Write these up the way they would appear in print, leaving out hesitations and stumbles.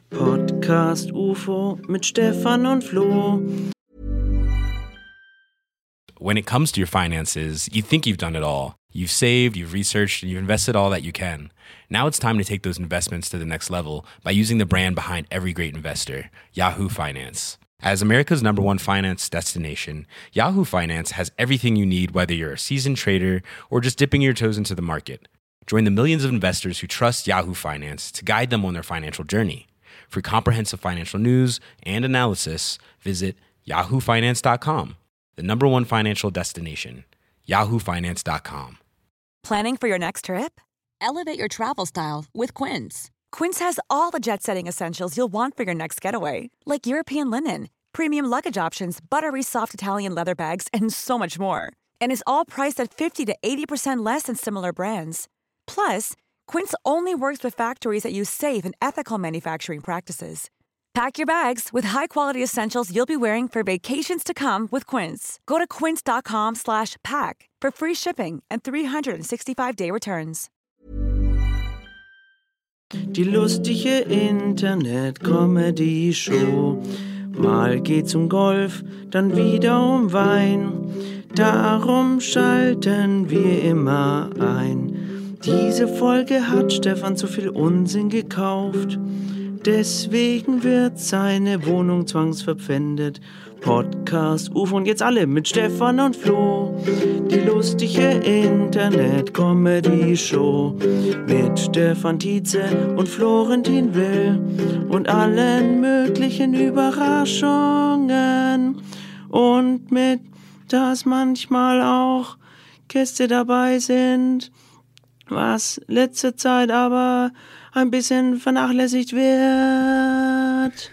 Podcast UFO mit Stefan und Flo. When it comes to your finances, you think you've done it all. You've saved, you've researched, and you've invested all that you can. Now it's time to take those investments to the next level by using the brand behind every great investor, Yahoo Finance. As America's #1 finance destination, Yahoo Finance has everything you need, whether you're a seasoned trader or just dipping your toes into the market. Join the millions of investors who trust Yahoo Finance to guide them on their financial journey. For comprehensive financial news and analysis, visit yahoofinance.com. The #1 financial destination, yahoofinance.com. Planning for your next trip? Elevate your travel style with Quince. Quince has all the jet-setting essentials you'll want for your next getaway, like European linen, premium luggage options, buttery soft Italian leather bags, and so much more. And is all priced at 50 to 80% less than similar brands. Plus, Quince only works with factories that use safe and ethical manufacturing practices. Pack your bags with high-quality essentials you'll be wearing for vacations to come with Quince. Go to quince.com/pack for free shipping and 365-day returns. Die lustige Internet-Comedy-Show. Mal geht's um Golf, dann wieder um Wein. Darum schalten wir immer ein. Diese Folge hat Stefan zu viel Unsinn gekauft. Deswegen wird seine Wohnung zwangsverpfändet. Podcast UFO und jetzt alle mit Stefan und Flo. Die lustige Internet-Comedy-Show mit Stefan Tietze und Florentin Will und allen möglichen Überraschungen. Und mit, dass manchmal auch Gäste dabei sind, was letzte Zeit aber ein bisschen vernachlässigt wird.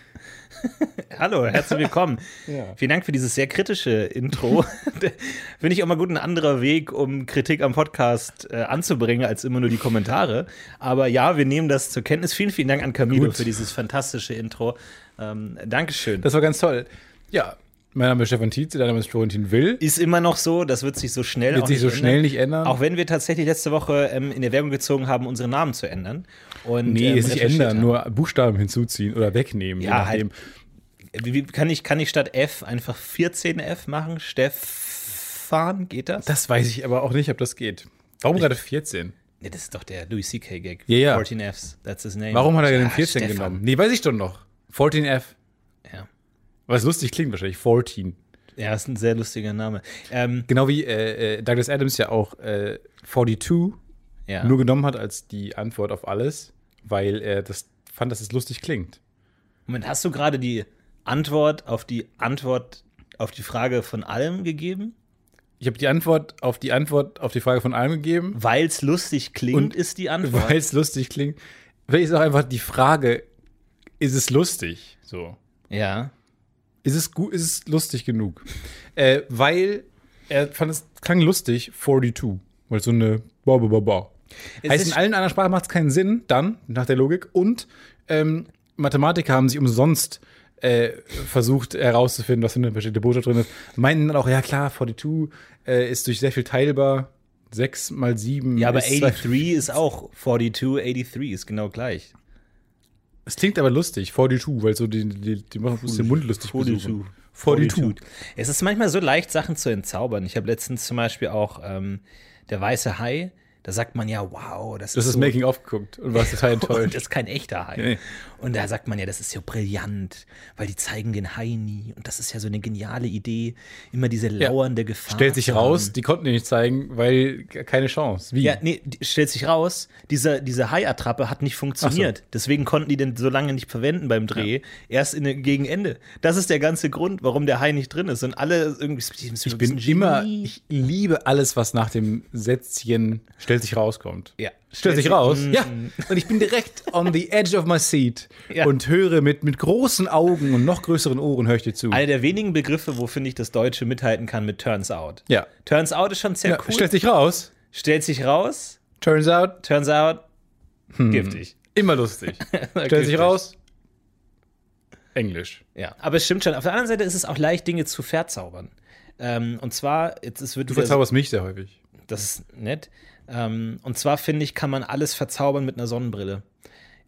Hallo, herzlich willkommen. Ja. Vielen Dank für dieses sehr kritische Intro. Finde ich auch mal gut, ein anderer Weg, um Kritik am Podcast anzubringen, als immer nur die Kommentare. Aber ja, wir nehmen das zur Kenntnis. Vielen, vielen Dank an Camilo für dieses fantastische Intro. Dankeschön. Das war ganz toll. Ja, mein Name ist Stefan Tietze, dein Name ist Florentin Will. Ist immer noch so, das wird sich so schnell nicht ändern. Auch wenn wir tatsächlich letzte Woche in Erwägung gezogen haben, unsere Namen zu ändern. Und, nicht ändern, nur Buchstaben hinzuziehen oder wegnehmen. Ja, halt. Wie kann ich statt F einfach 14F machen? Stefan, geht das? Das weiß ich aber auch nicht, ob das geht. Warum gerade 14? Ja, das ist doch der Louis C.K. Gag. Ja. 14 Fs, that's his name. Warum hat er denn 14 Stefan genommen? Nee, weiß ich doch noch. 14F. Ja. Was lustig klingt wahrscheinlich, 14. Ja, ist ein sehr lustiger Name. Genau wie Douglas Adams ja auch 42 nur genommen hat als die Antwort auf alles, weil er fand, dass es lustig klingt. Moment, hast du gerade die Antwort auf die Frage von allem gegeben? Ich habe die Antwort auf die Frage von allem gegeben. Weil es lustig klingt, und ist die Antwort. Weil es lustig klingt. Vielleicht ist auch einfach die Frage, ist es lustig? So. Ja. Ist es lustig genug? Weil er fand, es klang lustig, 42. Weil so eine Heißt, in allen anderen Sprachen macht es keinen Sinn, dann, nach der Logik. Und Mathematiker haben sich umsonst versucht herauszufinden, was für eine bestimmte Botschaft drin ist. Meinten dann auch, ja klar, 42 ist durch sehr viel teilbar. 6 mal 7 Ja, aber ist 83 ist auch 42, 83 ist genau gleich. Es klingt aber lustig, 42, weil so die machen den Mund lustig besuchen. 42. Es ist manchmal so leicht, Sachen zu entzaubern. Ich habe letztens zum Beispiel auch Der weiße Hai. Da sagt man ja, wow, das ist das so, Making-of geguckt und warst total enttäuscht. Das ist kein echter Hai. Nee. Und da sagt man ja, das ist ja brillant, weil die zeigen den Hai nie. Und das ist ja so eine geniale Idee, immer diese lauernde Gefahr. Stellt sich raus, die konnten den nicht zeigen, weil keine Chance. Wie? Ja, nee, stellt sich raus, diese Hai-Attrappe hat nicht funktioniert. So. Deswegen konnten die den so lange nicht verwenden beim Dreh. Ja. Erst gegen Ende. Das ist der ganze Grund, warum der Hai nicht drin ist. Und alle irgendwie. Ich liebe alles, was nach dem Sätzchen stellt sich rauskommt. Ja. Stellt sich raus. Ja. Und ich bin direkt on the edge of my seat und höre mit großen Augen und noch größeren Ohren höre ich dir zu. Einer der wenigen Begriffe, wo, finde ich, das Deutsche mithalten kann mit Turns out. Ja. Turns out ist schon sehr cool. Stellt sich raus. Stellt sich raus. Turns out. Giftig. Immer lustig. Stellt sich raus. Englisch. Ja, aber es stimmt schon. Auf der anderen Seite ist es auch leicht, Dinge zu verzaubern. Und zwar, du verzauberst mich sehr häufig. Das ist nett. Und zwar, finde ich, kann man alles verzaubern mit einer Sonnenbrille.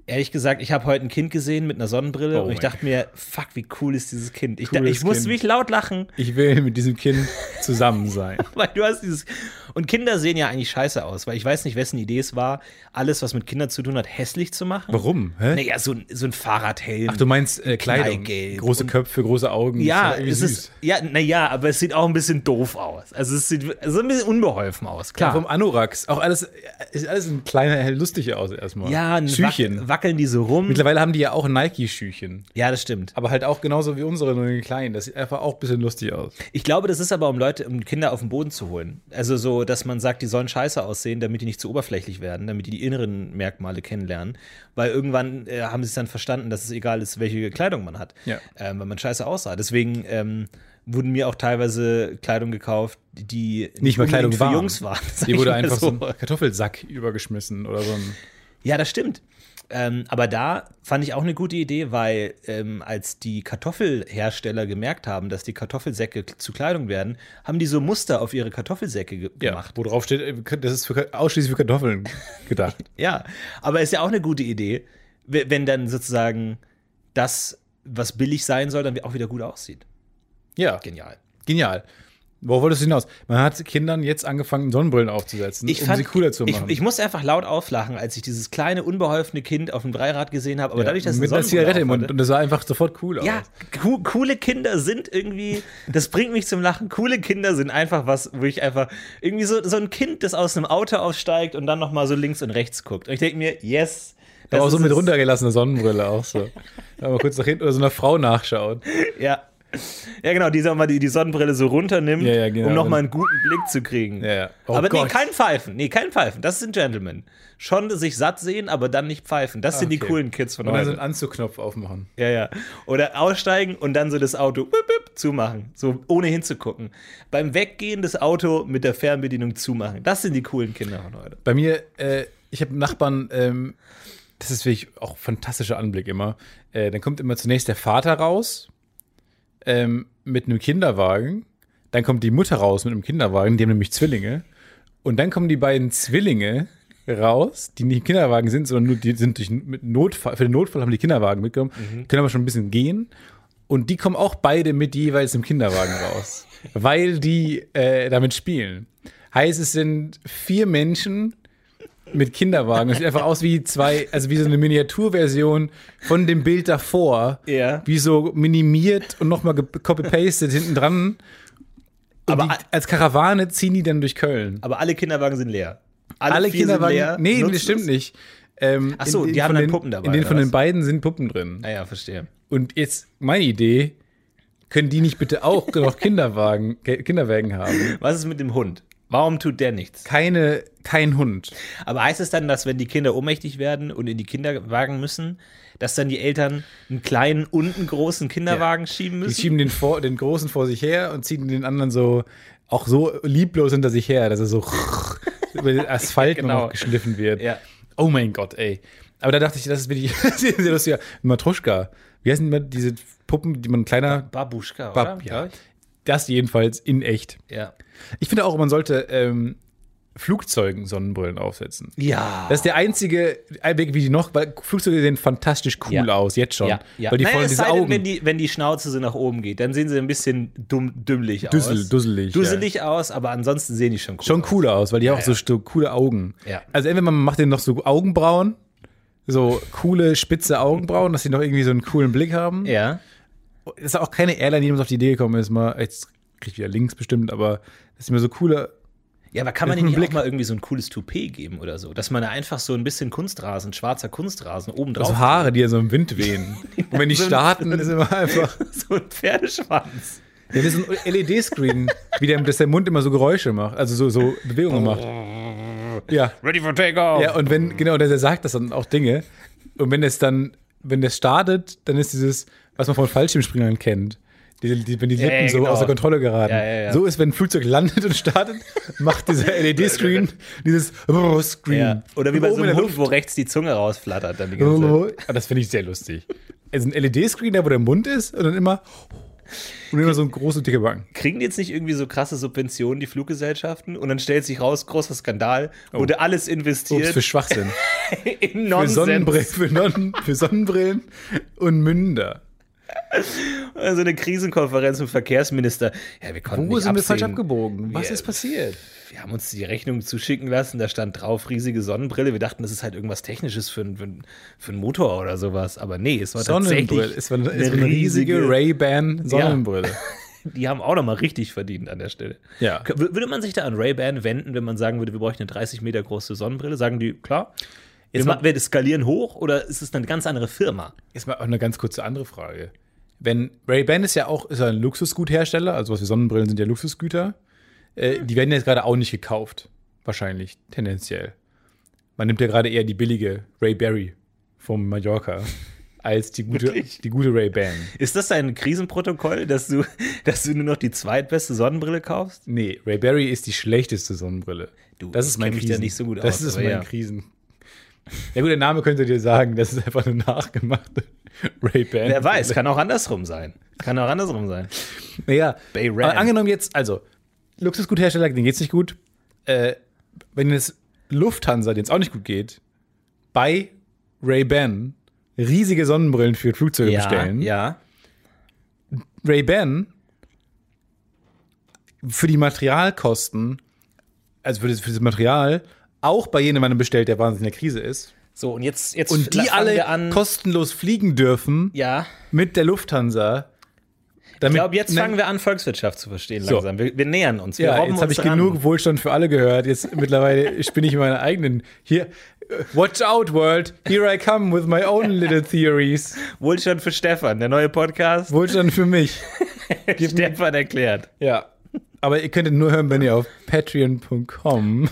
Ehrlich gesagt, ich habe heute ein Kind gesehen mit einer Sonnenbrille und ich dachte mir, fuck, wie cool ist dieses Kind. Ich musste mich laut lachen. Ich will mit diesem Kind zusammen sein. Weil du hast dieses. Und Kinder sehen ja eigentlich scheiße aus, weil ich weiß nicht, wessen Idee es war, alles, was mit Kindern zu tun hat, hässlich zu machen. Warum? Hä? Naja, so ein Fahrradhelm. Ach, du meinst Kleidung. Große Köpfe, große Augen. Ja, süß. Aber es sieht auch ein bisschen doof aus. Also es sieht so ein bisschen unbeholfen aus. Klar. Ja, vom Anoraks. Auch alles, sieht alles ein kleiner, lustig aus erstmal. Ja, ein Schüchen. Wackeln die so rum. Mittlerweile haben die ja auch Nike-Schüchen. Ja, das stimmt. Aber halt auch genauso wie unsere, nur in kleinen. Das sieht einfach auch ein bisschen lustig aus. Ich glaube, das ist aber, um Kinder auf den Boden zu holen. Also so, dass man sagt, die sollen scheiße aussehen, damit die nicht zu oberflächlich werden, damit die inneren Merkmale kennenlernen. Weil irgendwann haben sie es dann verstanden, dass es egal ist, welche Kleidung man hat. Ja. Weil man scheiße aussah. Deswegen wurden mir auch teilweise Kleidung gekauft, die nicht mal Kleidung für Jungs waren. Die wurde einfach so ein Kartoffelsack übergeschmissen oder so ein. Ja, das stimmt. Aber da fand ich auch eine gute Idee, weil als die Kartoffelhersteller gemerkt haben, dass die Kartoffelsäcke zu Kleidung werden, haben die so Muster auf ihre Kartoffelsäcke gemacht. Wo drauf steht, das ist ausschließlich für Kartoffeln gedacht. Ja, aber ist ja auch eine gute Idee, wenn dann sozusagen das, was billig sein soll, dann auch wieder gut aussieht. Ja. Genial. Worauf wolltest du hinaus? Man hat Kindern jetzt angefangen, Sonnenbrillen aufzusetzen, um sie cooler zu machen. Ich musste einfach laut auflachen, als ich dieses kleine, unbeholfene Kind auf dem Dreirad gesehen habe. Aber dadurch, dass mit einer Zigarette im Mund. Und das sah einfach sofort cool aus. Ja, coole Kinder sind irgendwie, das bringt mich zum Lachen. Coole Kinder sind einfach was, wo ich einfach irgendwie so ein Kind, das aus einem Auto aussteigt und dann nochmal so links und rechts guckt. Und ich denke mir, yes. Aber auch so mit runtergelassener Sonnenbrille auch so. Mal kurz nach hinten oder so einer Frau nachschauen. Ja. Ja, genau, die Sonnenbrille so runternimmt, genau, um nochmal einen guten Blick zu kriegen. Ja. Oh aber Gott. kein Pfeifen. Das sind Gentlemen. Schon sich satt sehen, aber dann nicht pfeifen. Das sind die coolen Kids von heute. Und dann so einen Anzugknopf aufmachen. Ja. Oder aussteigen und dann so das Auto zumachen. So ohne hinzugucken. Beim Weggehen das Auto mit der Fernbedienung zumachen. Das sind die coolen Kinder von heute. Bei mir, ich habe einen Nachbarn, das ist wirklich auch ein fantastischer Anblick immer. Dann kommt immer zunächst der Vater raus. Mit einem Kinderwagen, dann kommt die Mutter raus mit einem Kinderwagen, die haben nämlich Zwillinge, und dann kommen die beiden Zwillinge raus, die nicht im Kinderwagen sind, sondern nur die sind für den Notfall haben die Kinderwagen mitgenommen, können aber schon ein bisschen gehen, und die kommen auch beide mit jeweils im Kinderwagen raus, weil die damit spielen. Heißt, es sind 4 Menschen mit Kinderwagen. Das sieht einfach aus wie so eine Miniaturversion von dem Bild davor. Ja. Wie so minimiert und nochmal copy-pasted hinten dran. Aber als Karawane ziehen die dann durch Köln. Aber alle Kinderwagen sind leer. Alle Kinderwagen sind leer. Nee, das stimmt nicht. Achso, die haben dann Puppen dabei. In denen von den beiden sind Puppen drin. Ja, verstehe. Und jetzt meine Idee, können die nicht bitte auch noch Kinderwagen haben? Was ist mit dem Hund? Warum tut der nichts? Kein Hund. Aber heißt es dann, dass wenn die Kinder ohnmächtig werden und in die Kinderwagen müssen, dass dann die Eltern einen kleinen und einen großen Kinderwagen schieben müssen? Die schieben den Großen vor sich her und ziehen den anderen so lieblos hinter sich her, dass er so über den Asphalt nur noch geschliffen wird. Ja. Oh mein Gott, ey. Aber da dachte ich, das ist wirklich sehr lustig. Matruschka. Wie heißen immer diese Puppen, die man kleiner... Babuschka, oder? Ja. Das jedenfalls in echt. Ja. Ich finde auch, man sollte Flugzeugen Sonnenbrillen aufsetzen. Ja. Das ist der einzige Weg, wie die noch, weil Flugzeuge sehen fantastisch cool aus, jetzt schon. Ja. Weil die naja, diese Augen. Wenn die Schnauze so nach oben geht, dann sehen sie ein bisschen dümmlich aus. Dusselig aus, aber ansonsten sehen die schon cool aus. Schon cooler aus, weil die haben auch so coole Augen. Ja. Also entweder man macht denen noch so Augenbrauen, so coole, spitze Augenbrauen, dass sie noch irgendwie so einen coolen Blick haben. Ja. Das ist auch keine Airline, die uns auf die Idee gekommen ist, jetzt krieg ich wieder Links bestimmt, aber das ist mir so coole. Ja, aber kann man ihnen nicht auch mal irgendwie so ein cooles Toupet geben oder so? Dass man da einfach so ein bisschen schwarzer Kunstrasen oben drauf. So Haare, die ja so im Wind wehen. Und wenn die starten, ist immer einfach. So ein Pferdeschwanz. Ja, das ist ein LED-Screen, dass der Mund immer so Geräusche macht, also so Bewegungen macht. Ja. Ready for takeoff. Ja, und der sagt das dann auch Dinge. Und wenn das startet, dann ist dieses, was man von Fallschirmspringern kennt. Wenn die Lippen so aus der Kontrolle geraten. Ja. So ist, wenn ein Flugzeug landet und startet, macht dieser LED-Screen dieses Screen. Ja. Oder wie bei so einem Hund, wo rechts die Zunge rausflattert. Dann die ganze Zeit. Das finde ich sehr lustig. Also ein LED-Screen, wo der Mund ist und dann immer Und immer so große, dicke Backen. Kriegen die jetzt nicht irgendwie so krasse Subventionen, die Fluggesellschaften? Und dann stellt sich raus, großer Skandal, wurde alles investiert Für Schwachsinn. in Nonsens. Für Sonnenbrillen und Münder. Also eine Krisenkonferenz mit Verkehrsminister. Ja, wir konnten Wo nicht sind wir falsch absehen. abgebogen? Was ist passiert? Wir haben uns die Rechnung zuschicken lassen, da stand drauf riesige Sonnenbrille. Wir dachten, das ist halt irgendwas Technisches für einen Motor oder sowas. Aber nee, es war Sonnenbrille. tatsächlich Es war eine riesige Ray-Ban Sonnenbrille. Die haben auch nochmal richtig verdient an der Stelle. Ja. Würde man sich da an Ray-Ban wenden, wenn man sagen würde, wir bräuchten eine 30 Meter große Sonnenbrille? Sagen die, klar, wir skalieren hoch oder ist es eine ganz andere Firma? Jetzt mal auch eine ganz kurze andere Frage. Wenn Ray-Ban ist ja ein Luxusguthersteller, also was für Sonnenbrillen sind ja Luxusgüter. Die werden jetzt gerade auch nicht gekauft. Wahrscheinlich, tendenziell. Man nimmt ja gerade eher die billige Ray-Berry vom Mallorca als die gute Ray-Ban. Ist das ein Krisenprotokoll, dass du nur noch die zweitbeste Sonnenbrille kaufst? Nee, Ray-Berry ist die schlechteste Sonnenbrille. Das ist mein kenn mich da nicht so gut Das aus, ist aber mein ja. Krisen. Ja gut, der Name könnte dir sagen, das ist einfach eine nachgemachte Ray-Ban. Wer weiß, kann auch andersrum sein. Naja, Bay-Ran. aber angenommen jetzt, also, Luxusguthersteller, denen geht's nicht gut. Wenn jetzt Lufthansa, denen es auch nicht gut geht, bei Ray-Ban riesige Sonnenbrillen für Flugzeuge bestellen. Ja. Ray-Ban für die Materialkosten, also für das Material, auch bei jemandem bestellt, der wahnsinnig in der Krise ist. So, und jetzt Und die fangen wir alle kostenlos fliegen dürfen Ja. mit der Lufthansa. Ich glaube, jetzt fangen wir an, Volkswirtschaft zu verstehen langsam. Wir nähern uns. Wir Ja, robben jetzt habe uns ich ran. genug Wohlstand für alle gehört. Jetzt mittlerweile spinne ich meine eigenen. Hier, watch out, world. Here I come with my own little theories. Wohlstand für Stefan, der neue Podcast. Wohlstand für mich. Stefan erklärt. Ja. Aber ihr könnt ihn nur hören, wenn ihr auf patreon.com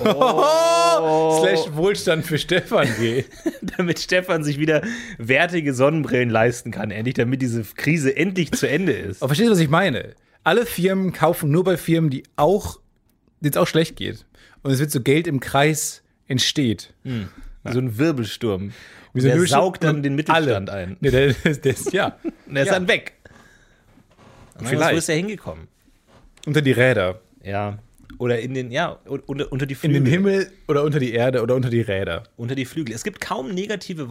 / Wohlstand für Stefan geht. Damit Stefan sich wieder wertige Sonnenbrillen leisten kann, endlich, damit diese Krise endlich zu Ende ist. Aber verstehst du, was ich meine? Alle Firmen kaufen nur bei Firmen, denen es auch schlecht geht. Und es wird so Geld im Kreis entsteht. So ein Wirbelsturm. Wie so ein Der Wirbelsturm saugt dann und den Mittelstand ein. Nee, der ist, ja. Und er ist dann weg. Und Vielleicht. wo ist er hingekommen? Unter die Räder. Ja. Oder unter die In Flügel. den Himmel oder unter die Erde oder unter die Räder. Unter die Flügel. Es gibt kaum negative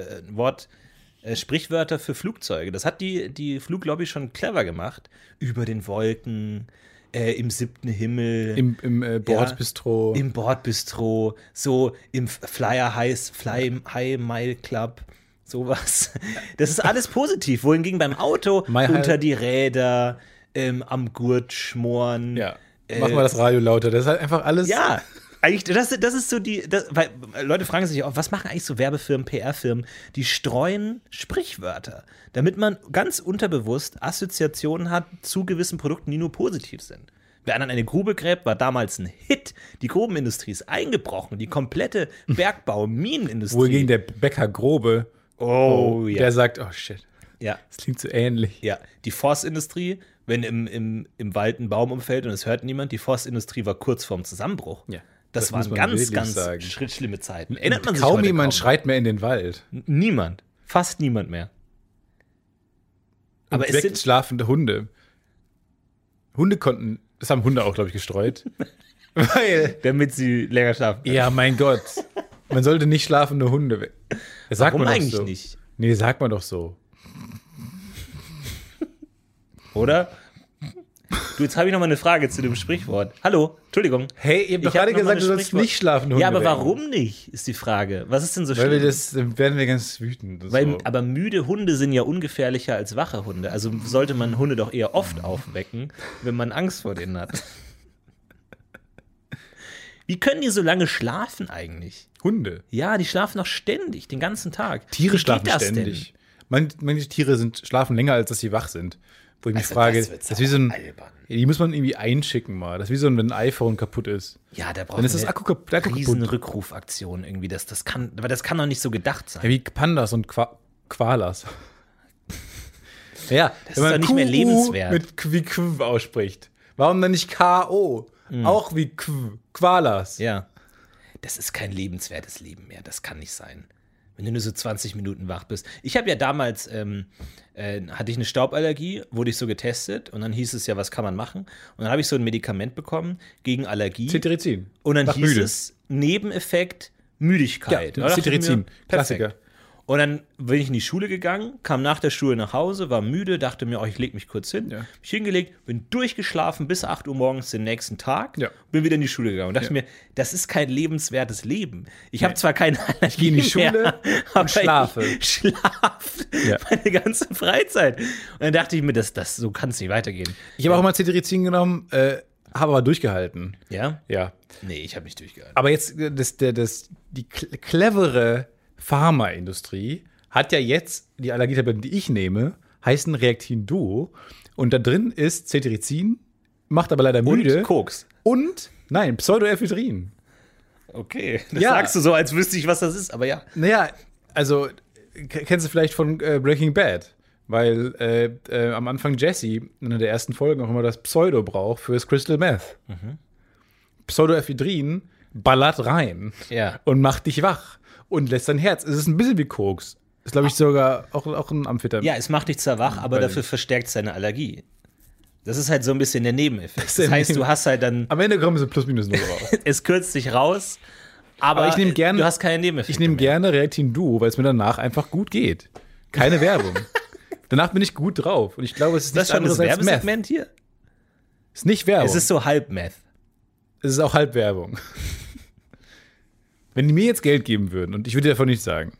Sprichwörter für Flugzeuge. Das hat die Fluglobby schon clever gemacht. Über den Wolken, im 7. Himmel. Im Bordbistro. Im Bordbistro. So im Fly High Mile Club. Sowas. Das ist alles positiv. Wohingegen beim Auto unter die Räder, am Gurt schmoren. Ja. Mach mal das Radio lauter. Das ist halt einfach alles. Ja, eigentlich, das ist so weil Leute fragen sich auch, was machen eigentlich so Werbefirmen, PR-Firmen? Die streuen Sprichwörter, damit man ganz unterbewusst Assoziationen hat zu gewissen Produkten, die nur positiv sind. Wer an eine Grube gräbt, war damals ein Hit. Die Grubenindustrie ist eingebrochen. Die komplette Minenindustrie. Wohingegen der Bäcker Grobe, der sagt, oh shit, Ja. das klingt so ähnlich. Ja, die Forstindustrie, wenn im Wald ein Baum umfällt und es hört niemand, die Forstindustrie war kurz vorm Zusammenbruch. Ja, das das waren muss man ganz, wirklich ganz sagen. schlimme Zeiten. Erinnert man sich Kaum heute jemand kaum. schreit mehr in den Wald. Niemand. Fast niemand mehr. Aber Und es weckt sind schlafende Hunde. Das haben Hunde auch, glaube ich, gestreut. Weil, damit sie länger schlafen. ja, mein Gott. Man sollte nicht schlafende Hunde wecken. Das sagt Warum man doch eigentlich so. nicht? Nee, sagt man doch so. Oder? Du, jetzt habe ich noch mal eine Frage zu dem Sprichwort. Hallo, Entschuldigung. Hey, ihr habt doch Ich hab gerade noch mal gesagt, ein du sollst Sprichwort. nicht schlafende Hunde Ja, aber wecken. warum nicht, ist die Frage. Was ist denn so Weil schlimm? dann werden wir ganz wütend. Aber müde Hunde sind ja ungefährlicher als wache Hunde. Also sollte man Hunde doch eher oft aufwecken, wenn man Angst vor denen hat. Wie können die so lange schlafen eigentlich? Hunde. Ja, die schlafen doch ständig, den ganzen Tag. Tiere Wie geht schlafen das ständig. Manche Tiere schlafen länger, als dass sie wach sind. Wo ich mich Also, frage, das wird's das ist wie so auch ein. albern. Die muss man irgendwie einschicken mal. Das ist wie so, wenn ein iPhone kaputt ist. Ja, da braucht Dann ist man das Akku kaputt. riesen Rückrufaktion irgendwie. Aber das kann doch nicht so gedacht sein. Ja, wie Pandas und Koalas. Ja, Das ist doch nicht mehr lebenswert. Mit wie Qw ausspricht. Warum dann nicht K.O.? Auch wie Koalas. Ja. Das ist kein lebenswertes Leben mehr. Das kann nicht sein. Wenn du nur so 20 Minuten wach bist. Ich habe ja damals hatte ich eine Stauballergie, wurde ich so getestet und dann hieß es ja, was kann man machen? Und dann habe ich so ein Medikament bekommen gegen Allergie. Cetirizin. Und dann Macht hieß müde. es Nebeneffekt Müdigkeit. Ja, Da dachte ich Cetirizin, mir, Klassiker. perfekt. Und dann bin ich in die Schule gegangen, kam nach der Schule nach Hause, war müde, dachte mir, ich lege mich kurz hin. Ja. Mich hingelegt, bin durchgeschlafen bis 8 Uhr morgens den nächsten Tag. Ja. Bin wieder in die Schule gegangen und dachte mir, das ist kein lebenswertes Leben. Ich habe zwar keine Allergie gehe in die Schule mehr, und aber schlafe. Ich schlafe Ja. meine ganze Freizeit. Und dann dachte ich mir, so kann es nicht weitergehen. Ich habe auch mal Cetirizin genommen, habe aber durchgehalten. Ja? Ja. Nee, ich habe nicht durchgehalten. Aber jetzt, die clevere Pharmaindustrie hat ja jetzt die Allergietabletten, die ich nehme, heißen Reactin Duo. Und da drin ist Cetirizin, macht aber leider müde. Und Koks. Und, nein, Pseudoephedrin. Okay, das Ja. sagst du so, als wüsste ich, was das ist, aber ja. Naja, also, kennst du vielleicht von Breaking Bad? Weil am Anfang Jesse in einer der ersten Folgen auch immer das Pseudo braucht fürs Crystal Meth. Pseudoephedrin ballert rein Ja. und macht dich wach und lässt dein Herz. Es ist ein bisschen wie Koks. Ist, glaube ich, sogar auch ein Amphetamin. Ja, es macht dich zwar wach, aber dafür verstärkt es deine Allergie. Das ist halt so ein bisschen der Nebeneffekt. ist Das der heißt, du hast halt dann, Am Ende kommen sie plus minus null raus. es kürzt dich raus, aber ich nehm gern- du hast keine Nebeneffekte. Ich nehme mehr. gerne Reactin Duo, weil es mir danach einfach gut geht. Keine Werbung. Danach bin ich gut drauf. Und ich glaube, es ist Das nichts ist schon das anderes als Meth. Werbesegment hier. Es ist nicht Werbung. Es ist so halb Meth. Es ist auch halb Werbung. Wenn die mir jetzt Geld geben würden, und ich würde davon nichts sagen.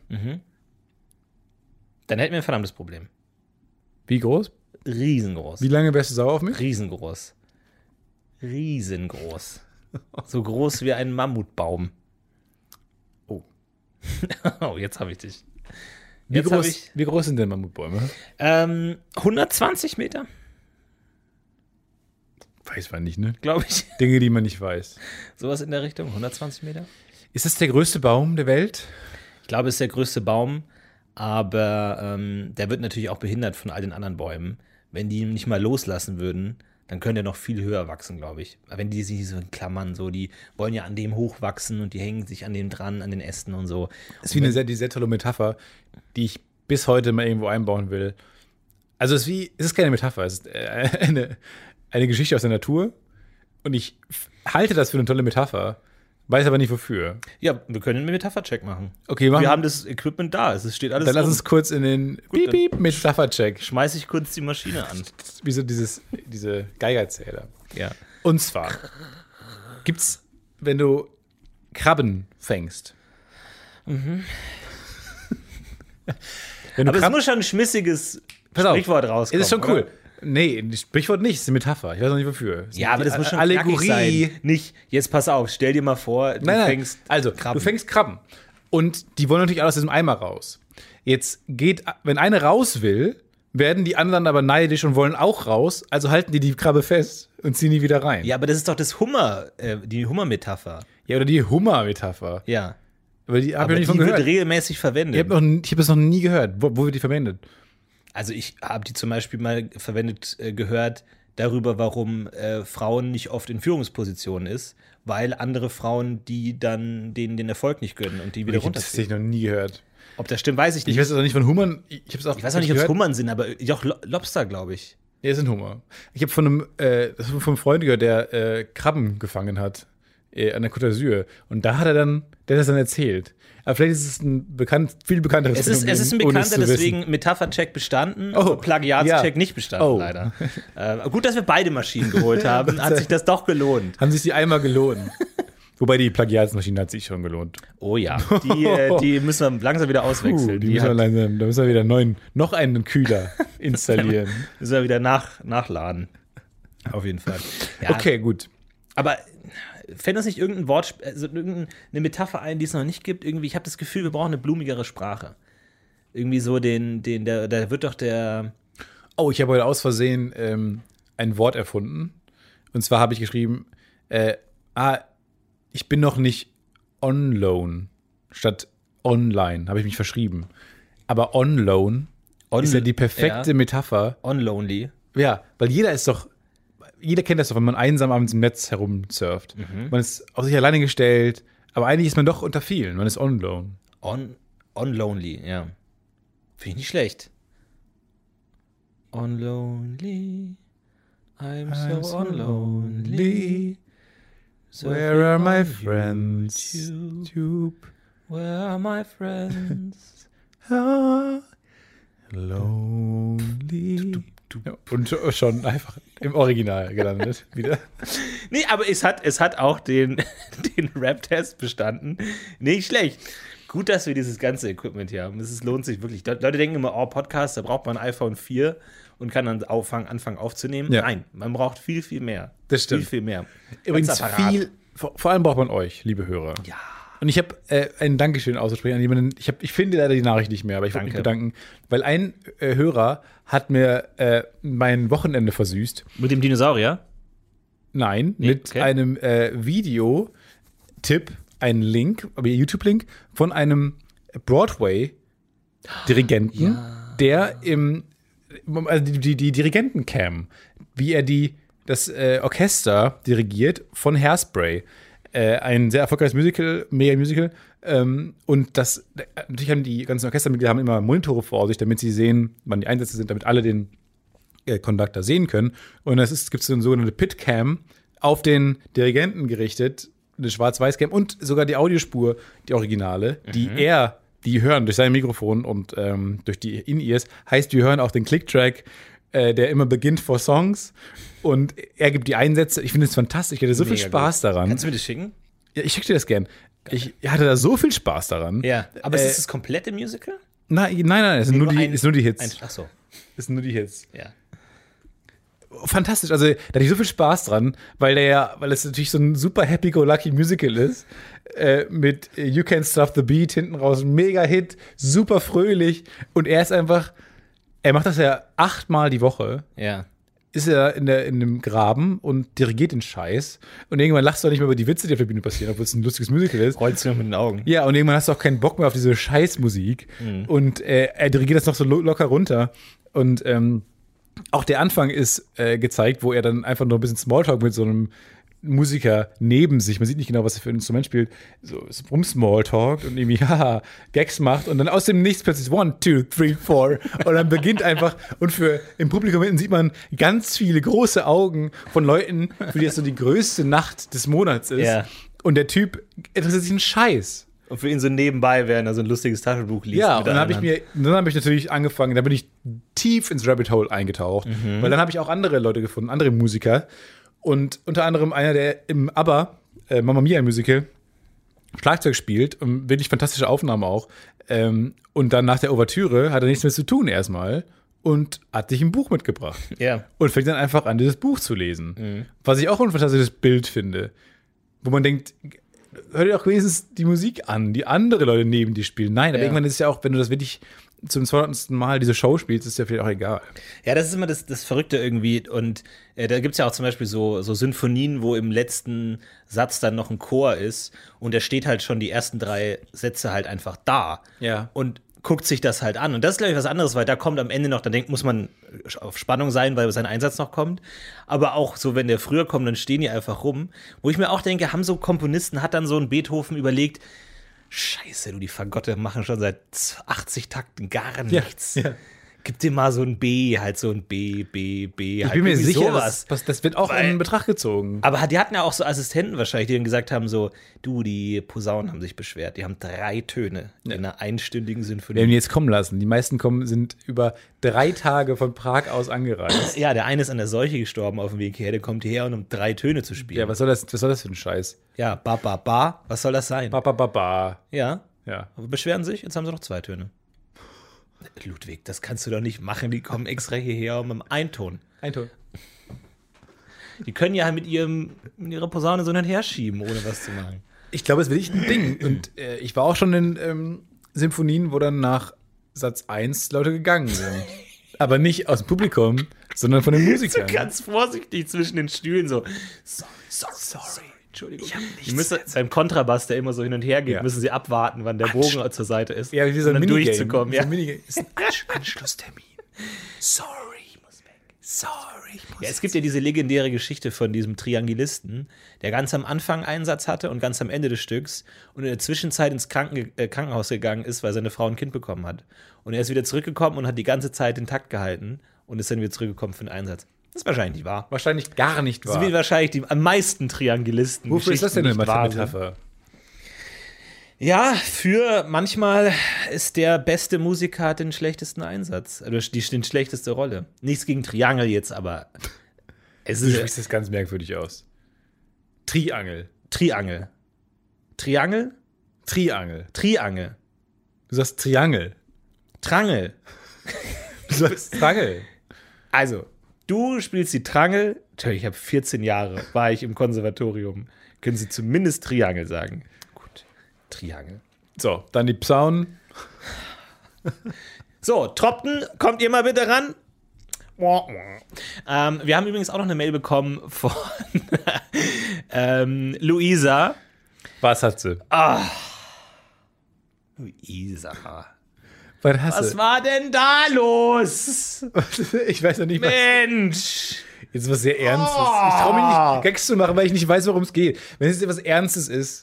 Dann hätten wir ein verdammtes Problem. Wie groß? Riesengroß. Wie lange wärst du sauer auf mich? Riesengroß. Riesengroß. So groß wie ein Mammutbaum. Oh. Oh, jetzt habe ich dich. Wie Jetzt hab groß, ich- wie groß sind denn Mammutbäume? 120 Meter, Weiß man nicht, ne? glaube ich. Dinge, die man nicht weiß. Sowas in der Richtung, 120 Meter. Ist das der größte Baum der Welt? Ich glaube, es ist der größte Baum, aber der wird natürlich auch behindert von all den anderen Bäumen. Wenn die ihn nicht mal loslassen würden, dann könnte er noch viel höher wachsen, glaube ich. Aber wenn die sich so klammern, so, die wollen ja an dem hochwachsen und die hängen sich an dem dran, an den Ästen und so. Das ist wie eine sehr tolle Metapher, die ich bis heute mal irgendwo einbauen will. Also es ist keine Metapher, es ist eine Geschichte aus der Natur. Und ich halte das für eine tolle Metapher, weiß aber nicht wofür. Ja, wir können einen Metapher-Check machen. Okay, Wir haben das Equipment da, es steht alles dann lass rum. uns kurz in den Metapher-Check. Schmeiß ich kurz die Maschine an. Wie so diese Geigerzähler. Ja. Und zwar gibt's, wenn du Krabben fängst. Wenn du Aber es Krabben, muss schon ein schmissiges pass auf, Sprichwort rauskommen. ist schon cool. oder? Nee, das Sprichwort nicht, es ist eine Metapher. Ich weiß noch nicht wofür. Es ist Ja, aber das muss schon Allegorie. knackig sein. Nicht, jetzt pass auf, stell dir mal vor, du Nein. fängst Also, Krabben. du fängst Krabben. Und die wollen natürlich alle aus diesem Eimer raus. Jetzt wenn eine raus will, werden die anderen aber neidisch und wollen auch raus. Also halten die Krabbe fest und ziehen die wieder rein. Ja, aber das ist doch die Hummer-Metapher. Ja, oder die Hummer-Metapher. Ja. Aber die habe Aber ich noch die nicht von wird gehört. regelmäßig verwendet. Ich hab das noch nie gehört. Wo wird die verwendet? Also ich habe die zum Beispiel mal verwendet gehört darüber, warum Frauen nicht oft in Führungspositionen ist, weil andere Frauen, die dann denen den Erfolg nicht gönnen und die wieder Ich habe das runterziehen. tatsächlich noch nie gehört. Ob das stimmt, weiß ich nicht. Ich weiß auch nicht von Hummern. Ich weiß auch nicht, ob es gehört. Hummern sind, aber auch Lobster, glaube ich. Ja, es sind Hummer. Ich habe von einem Freund gehört, der Krabben gefangen hat an der Côte d'Azur. Und der hat das dann erzählt. Aber vielleicht ist es ein viel bekannteres Es ist ein Phänomen, ohne bekannter, zu wissen. deswegen Metapher-Check bestanden, Oh, Plagiatscheck ja. nicht bestanden, Oh. leider. Gut, dass wir beide Maschinen geholt haben, hat sich das doch gelohnt. Haben sich die einmal gelohnt. Wobei die Plagiatsmaschine hat sich schon gelohnt. Oh ja, die müssen wir langsam wieder auswechseln. Die müssen wir da müssen wir wieder noch einen Kühler installieren. müssen wir wieder nachladen. Auf jeden Fall. Ja, Okay, gut. aber fällt uns nicht irgendein Wort, also irgendeine Metapher ein, die es noch nicht gibt? Irgendwie, ich habe das Gefühl, wir brauchen eine blumigere Sprache. Irgendwie so da wird doch der. Oh, ich habe heute aus Versehen ein Wort erfunden. Und zwar habe ich geschrieben, ich bin noch nicht on loan statt online, habe ich mich verschrieben. Aber on loan ist ja die perfekte Metapher. On lonely. Ja, weil jeder kennt das doch, wenn man einsam abends im Netz herumsurft. Man ist auf sich alleine gestellt, aber eigentlich ist man doch unter vielen. Man ist on loan. On lonely, ja. Finde ich nicht schlecht. on lonely. I'm so on lonely. Where are my friends? Tube. Where are my friends? Lonely. Ja, und schon einfach im Original gelandet wieder. Nee, aber es hat auch den Rap-Test bestanden. Nicht schlecht. Gut, dass wir dieses ganze Equipment hier haben. Es lohnt sich wirklich. Leute denken immer, Podcast, da braucht man ein iPhone 4 und kann dann anfangen aufzunehmen. Ja. Nein, man braucht viel, viel mehr. Das stimmt. Viel, viel mehr. Übrigens vor allem braucht man euch, liebe Hörer. Ja. Und ich habe ein Dankeschön auszusprechen an jemanden. Ich finde leider die Nachricht nicht mehr, aber ich wollte mich bedanken, weil ein Hörer hat mir mein Wochenende versüßt. Mit dem Dinosaurier? Nein, mit einem Videotipp, einen Link, aber YouTube-Link von einem Broadway-Dirigenten, der also die Dirigenten-Cam, wie er das Orchester dirigiert von Hairspray. Ein sehr erfolgreiches Musical, Mega-Musical. Und natürlich haben die ganzen Orchestermitglieder immer Monitore vor sich, damit sie sehen, wann die Einsätze sind, damit alle den Conductor sehen können. Und es gibt so eine sogenannte Pit-Cam auf den Dirigenten gerichtet, eine Schwarz-Weiß-Cam und sogar die Audiospur, die Originale, die hören durch sein Mikrofon und durch die In-Ears. Heißt, wir hören auch den Click-Track, der immer beginnt vor Songs. Und er gibt die Einsätze. Ich finde es fantastisch. Ich hatte so viel Spaß daran. Kannst du mir das schicken? Ja, ich schicke dir das gern. Ich hatte da so viel Spaß daran. Ja, aber ist das komplette Musical? Nein, es sind nur die Hits. Ach so. Es sind nur die Hits. Ja. Fantastisch. Also, da hatte ich so viel Spaß dran, weil es natürlich so ein super happy-go-lucky Musical ist. Mit You Can't Stop the Beat hinten raus. Mega Hit. Super fröhlich. Und er macht das ja 8-mal die Woche. Ja. Ist er in dem Graben und dirigiert den Scheiß. Und irgendwann lachst du auch nicht mehr über die Witze, die auf der Bühne passieren, obwohl es ein lustiges Musical ist. Rollst du nur mit den Augen. Ja, und irgendwann hast du auch keinen Bock mehr auf diese Scheißmusik. Und er dirigiert das noch so locker runter. Und auch der Anfang ist gezeigt, wo er dann einfach nur ein bisschen Smalltalk mit so einem Musiker neben sich, man sieht nicht genau, was er für ein Instrument spielt, so rum Smalltalk und irgendwie, Gags macht und dann aus dem Nichts plötzlich 1, 2, 3, 4 und dann beginnt einfach und im Publikum hinten sieht man ganz viele große Augen von Leuten, für die das so die größte Nacht des Monats ist. Ja. Und der Typ interessiert sich einen Scheiß. Und für ihn so nebenbei, während er so ein lustiges Taschenbuch liest. Ja, und dann habe ich natürlich angefangen, da bin ich tief ins Rabbit Hole eingetaucht, weil dann habe ich auch andere Leute gefunden, andere Musiker. Und unter anderem einer, der im ABBA, Mamma Mia Musical, Schlagzeug spielt und wirklich fantastische Aufnahmen auch. Und dann nach der Ouvertüre hat er nichts mehr zu tun erstmal und hat sich ein Buch mitgebracht. Ja. Und fängt dann einfach an, dieses Buch zu lesen. Was ich auch ein fantastisches Bild finde. Wo man denkt, hör dir doch wenigstens die Musik an, die andere Leute neben dir spielen. Nein, aber irgendwann ist es ja auch, wenn du das wirklich zum 200. Mal diese Show spielst, ist ja vielleicht auch egal. Ja, das ist immer das Verrückte irgendwie. Und da gibt es ja auch zum Beispiel so Sinfonien, wo im letzten Satz dann noch ein Chor ist. Und da steht halt schon die ersten 3 Sätze halt einfach da. Ja. Und guckt sich das halt an. Und das ist, glaube ich, was anderes, weil da kommt am Ende noch, muss man auf Spannung sein, weil sein Einsatz noch kommt. Aber auch so, wenn der früher kommt, dann stehen die einfach rum. Wo ich mir auch denke, haben so Komponisten, hat dann so ein Beethoven überlegt, Scheiße, die Fagotte machen schon seit 80 Takten gar nichts. Ja. Gib dir mal so ein B, halt so ein B. Ich bin mir sicher, das wird auch in Betracht gezogen. Aber die hatten ja auch so Assistenten wahrscheinlich, die dann gesagt haben so, die Posaunen haben sich beschwert. Die haben 3 Töne in einer einstündigen Sinfonie. Wir haben die jetzt kommen lassen. Die meisten sind über 3 Tage von Prag aus angereist. Ja, der eine ist an der Seuche gestorben auf dem Weg her. Der kommt hierher, um 3 Töne zu spielen. Ja, was soll das für ein Scheiß? Ja, ba. Was soll das sein? Ba. Ja. Ja. Aber beschweren sich, jetzt haben sie noch 2 Töne. Ludwig, das kannst du doch nicht machen. Die kommen extra hierher um Einton. Die können ja mit ihrer Posaune so hin und her schieben, ohne was zu machen. Ich glaube, es ist wirklich ein Ding. Und ich war auch schon in Symphonien, wo dann nach Satz 1 Leute gegangen sind. Aber nicht aus dem Publikum, sondern von den Musikern. So ganz vorsichtig zwischen den Stühlen so. Sorry. Entschuldigung. Die müssen beim Kontrabass, der immer so hin und her geht, müssen sie abwarten, wann der Bogen zur Seite ist. Ja, wie so ein um dann Minigame. Durchzukommen. Ja. Ist ein Anschlusstermin. Sorry, ich muss weg. Ja, es gibt ja diese legendäre Geschichte von diesem Triangulisten, der ganz am Anfang einen Satz hatte und ganz am Ende des Stücks und in der Zwischenzeit ins Krankenhaus gegangen ist, weil seine Frau ein Kind bekommen hat. Und er ist wieder zurückgekommen und hat die ganze Zeit den Takt gehalten und ist dann wieder zurückgekommen für den Einsatz. Das ist wahrscheinlich nicht wahr. Wahrscheinlich gar nicht Das sind wahrscheinlich die am meisten Triangulisten. Wofür ist das denn eine nicht wahr sind. Metapher? Ja, für manchmal ist der beste Musiker hat den schlechtesten Einsatz. Also die schlechteste Rolle. Nichts gegen Triangel jetzt, aber es Du ist sprichst das ganz merkwürdig aus. Triangel. Triangel. Triangel? Triangel. Triangel. Du sagst Triangel. Trangel. Du sagst Trangel. Also, du spielst die Trangel. Ich habe 14 Jahre, war ich im Konservatorium. Können Sie zumindest Triangel sagen? Gut, Triangel. So, dann die Psaunen. So, Tropten, kommt ihr mal bitte ran? Wir haben übrigens auch noch eine Mail bekommen von Luisa. Was hat sie? Luisa. Was war denn da los? Ich weiß noch nicht, was. Mensch! Jetzt was sehr Ernstes. Ich traue mich nicht, Gags zu machen, weil ich nicht weiß, worum es geht. Wenn es etwas Ernstes ist.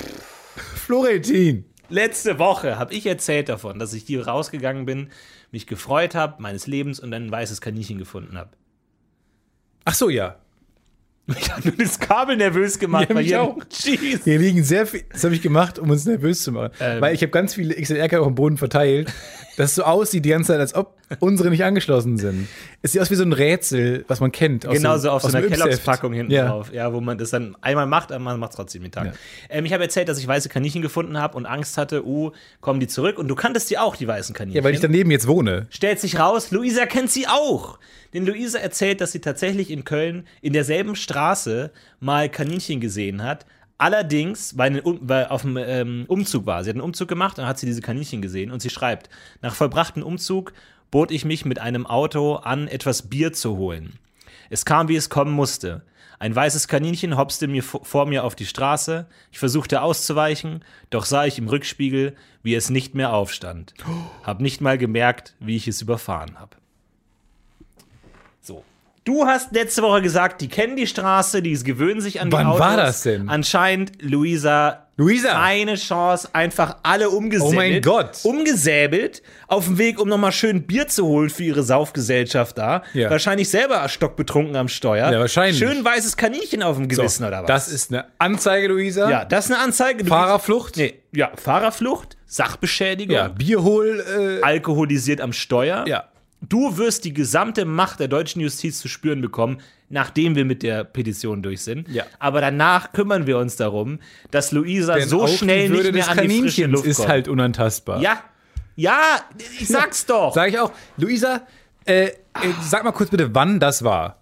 Florentin. Letzte Woche habe ich erzählt davon, dass ich hier rausgegangen bin, mich gefreut habe, meines Lebens und dann ein weißes Kaninchen gefunden habe. Ach so, ja. Ich habe nur das Kabel nervös gemacht. Ja, mich auch. Jeez. Hier liegen sehr viel, das habe ich gemacht, um uns nervös zu machen. Weil ich habe ganz viele XLR-Kabel auf dem Boden verteilt, dass es so aussieht die ganze Zeit, als ob unsere nicht angeschlossen sind. Es sieht aus wie so ein Rätsel, was man kennt. Genauso auf so einer Yps-Heft. Kelloggs-Packung hinten Ja. drauf. Ja, wo man das dann einmal macht, aber man macht es trotzdem jeden Tag. Ja. Ich habe erzählt, dass ich weiße Kaninchen gefunden habe und Angst hatte, kommen die zurück? Und du kanntest die auch, die weißen Kaninchen. Ja, weil ich daneben jetzt wohne. Stellt sich raus, Luisa kennt sie auch. Denn Luisa erzählt, dass sie tatsächlich in Köln in derselben Straße mal Kaninchen gesehen hat. Allerdings, weil auf dem Umzug war. Sie hat einen Umzug gemacht und hat sie diese Kaninchen gesehen. Und sie schreibt, nach vollbrachtem Umzug bot ich mich mit einem Auto an, etwas Bier zu holen. Es kam, wie es kommen musste. Ein weißes Kaninchen hopste vor mir auf die Straße. Ich versuchte auszuweichen, doch sah ich im Rückspiegel, wie es nicht mehr aufstand. Hab nicht mal gemerkt, wie ich es überfahren habe. So. Du hast letzte Woche gesagt, die kennen die Straße, die gewöhnen sich an die Wann Autos. war das denn? Anscheinend, Luisa, keine Chance, einfach alle umgesäbelt. Oh mein Gott. Umgesäbelt, auf dem Weg, um nochmal schön Bier zu holen für ihre Saufgesellschaft da. Ja. Wahrscheinlich selber stockbetrunken am Steuer. Ja, wahrscheinlich. Schön weißes Kaninchen auf dem Gewissen oder was? Das ist eine Anzeige, Luisa. Ja, das ist eine Anzeige. Fahrerflucht. Fahrerflucht, Sachbeschädigung, Ja, Bierhol. alkoholisiert am Steuer. Ja. Du wirst die gesamte Macht der deutschen Justiz zu spüren bekommen, nachdem wir mit der Petition durch sind. Ja. Aber danach kümmern wir uns darum, dass Luisa Denn so auch schnell die Würde nicht mehr des an die frische Kaninchens Luft ist kommt. halt unantastbar. Ja, ich sag's doch. Sag ich auch. Luisa, sag mal kurz bitte, wann das war.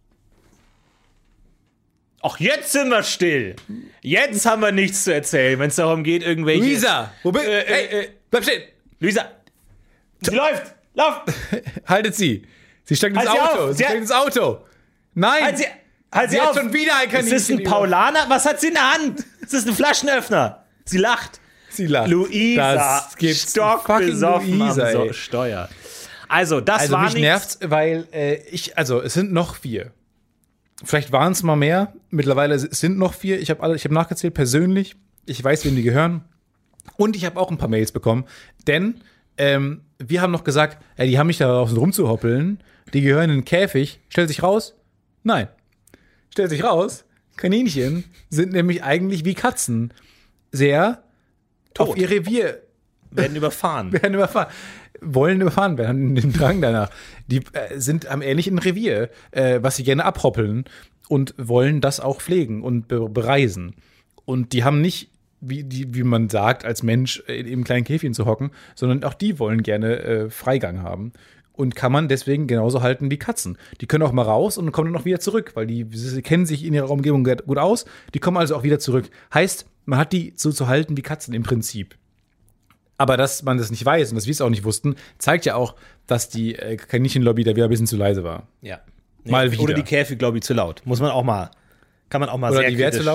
Ach, jetzt sind wir still. Jetzt haben wir nichts zu erzählen, wenn es darum geht, irgendwelche... Luisa, wo bist hey, bleib stehen. Luisa, sie läuft. Lauf! Haltet sie. Sie steigt ins Halt sie Auto. auf. Sie steigt ins Auto. Nein. Halt sie Sie hat auf. schon wieder ein Kaninchen. Ist das ein Paulaner? Was hat sie in der Hand? Ist das ein Flaschenöffner? Sie lacht. Sie lacht. Luisa, Das gibt's. stockbesoffen Luisa, am ey. Steuer. Also, das Also war mich nichts. nervt's, weil es sind noch 4. Vielleicht waren es mal mehr. Mittlerweile sind noch 4. Ich habe nachgezählt persönlich. Ich weiß, wem die gehören. Und ich habe auch ein paar Mails bekommen. Denn wir haben noch gesagt, die haben mich da draußen rumzuhoppeln. Die gehören in den Käfig. Stellt sich raus? Nein. Stellt sich raus, Kaninchen sind nämlich eigentlich wie Katzen. Sehr Tot. auf ihr Revier Werden überfahren. wollen überfahren werden, haben den Drang danach. Die haben ähnlich ein Revier, was sie gerne abhoppeln und wollen das auch pflegen und bereisen. Und die haben nicht, wie man sagt, als Mensch im kleinen Käfchen zu hocken, sondern auch die wollen gerne Freigang haben. Und kann man deswegen genauso halten wie Katzen. Die können auch mal raus und kommen dann auch wieder zurück, weil sie kennen sich in ihrer Umgebung gut aus. Die kommen also auch wieder zurück. Heißt, man hat die so zu halten wie Katzen im Prinzip. Aber dass man das nicht weiß und dass wir es auch nicht wussten, zeigt ja auch, dass die Kaninchenlobby da wieder ein bisschen zu leise war. Ja. Mal wieder. Oder die Käfiglobby zu laut. Kann man auch mal Oder sehr die wer kritisch. zu laut?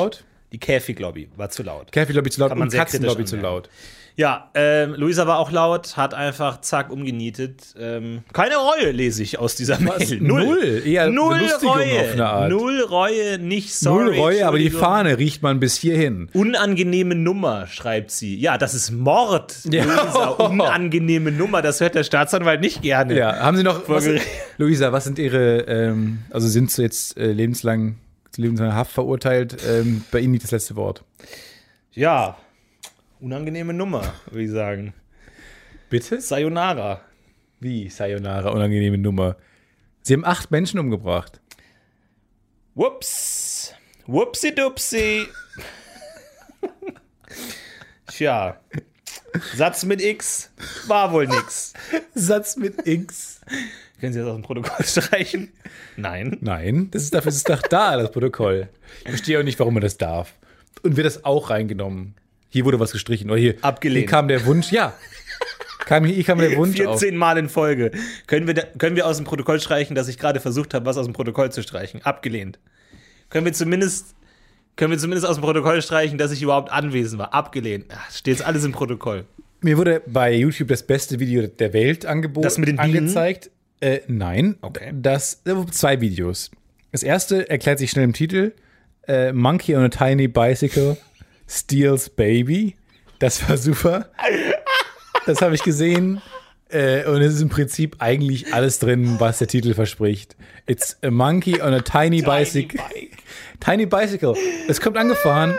Die Käfiglobby war zu laut. Käfiglobby zu laut Kann man und sehr Katzenlobby kritisch zu laut. Ja, Luisa war auch laut, hat einfach zack umgenietet. Keine Reue lese ich aus dieser Mail. Null. Eher Null Belustigung Reue. auf eine Art. Null Reue, nicht sorry. Null Reue, aber die Entschuldigung. Fahne riecht man bis hierhin. Unangenehme Nummer, schreibt sie. Ja, das ist Mord, Ja. Luisa. Unangenehme Nummer, das hört der Staatsanwalt nicht gerne. Ja, haben Sie noch, Vor Gericht. Luisa, was sind Ihre, also sind Sie jetzt lebenslang zu lebenslanger Haft verurteilt? Bei Ihnen nicht das letzte Wort. Ja, unangenehme Nummer, würde ich sagen. Bitte? Sayonara. Wie, Sayonara, unangenehme Nummer. Sie haben 8 Menschen umgebracht. Whoops. Whoopsie-dupsie. Tja. Satz mit X war wohl nix. Satz mit X. Können Sie das aus dem Protokoll streichen? Nein. Nein, dafür ist es doch da, das Protokoll. Ich verstehe auch nicht, warum man das darf. Und wird das auch reingenommen? Hier wurde was gestrichen. Oder hier, Abgelehnt. Hier kam der Wunsch, ja. Hier kam der Wunsch 14 Mal in Folge. Können wir aus dem Protokoll streichen, dass ich gerade versucht habe, was aus dem Protokoll zu streichen? Abgelehnt. Können wir zumindest aus dem Protokoll streichen, dass ich überhaupt anwesend war? Abgelehnt. Steht jetzt alles im Protokoll. Mir wurde bei YouTube das beste Video der Welt angeboten. Das mit den Bienen? angezeigt. Nein. Okay. 2 Videos. Das erste erklärt sich schnell im Titel. Monkey on a tiny bicycle steals baby. Das war super. Das habe ich gesehen. Und es ist im Prinzip eigentlich alles drin, was der Titel verspricht. It's a monkey on a tiny bicycle. Tiny bicycle. Es kommt angefahren.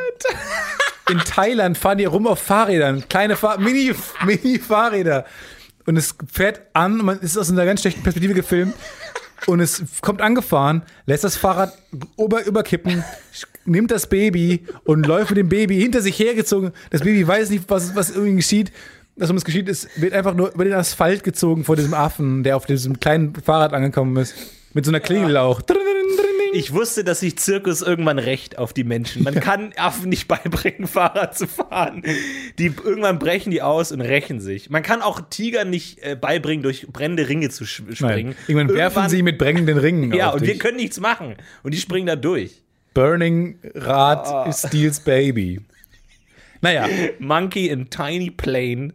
In Thailand fahren die rum auf Fahrrädern. Kleine Mini-Fahrräder. Und es fährt an, man ist aus einer ganz schlechten Perspektive gefilmt. Und es kommt angefahren, lässt das Fahrrad überkippen, nimmt das Baby und läuft mit dem Baby hinter sich hergezogen. Das Baby weiß nicht, was irgendwie geschieht. Was geschieht ist, wird einfach nur über den Asphalt gezogen vor diesem Affen, der auf diesem kleinen Fahrrad angekommen ist. Mit so einer Klingel auch. Ich wusste, dass sich Zirkus irgendwann rächt auf die Menschen. Man kann Affen nicht beibringen, Fahrrad zu fahren. Irgendwann brechen die aus und rächen sich. Man kann auch Tigern nicht beibringen, durch brennende Ringe zu springen. Nein. Irgendwann werfen sie mit brennenden Ringen Ja, auf und dich. wir können nichts machen. Und die springen da durch. Burning Rad steals baby. Naja. Monkey in tiny plane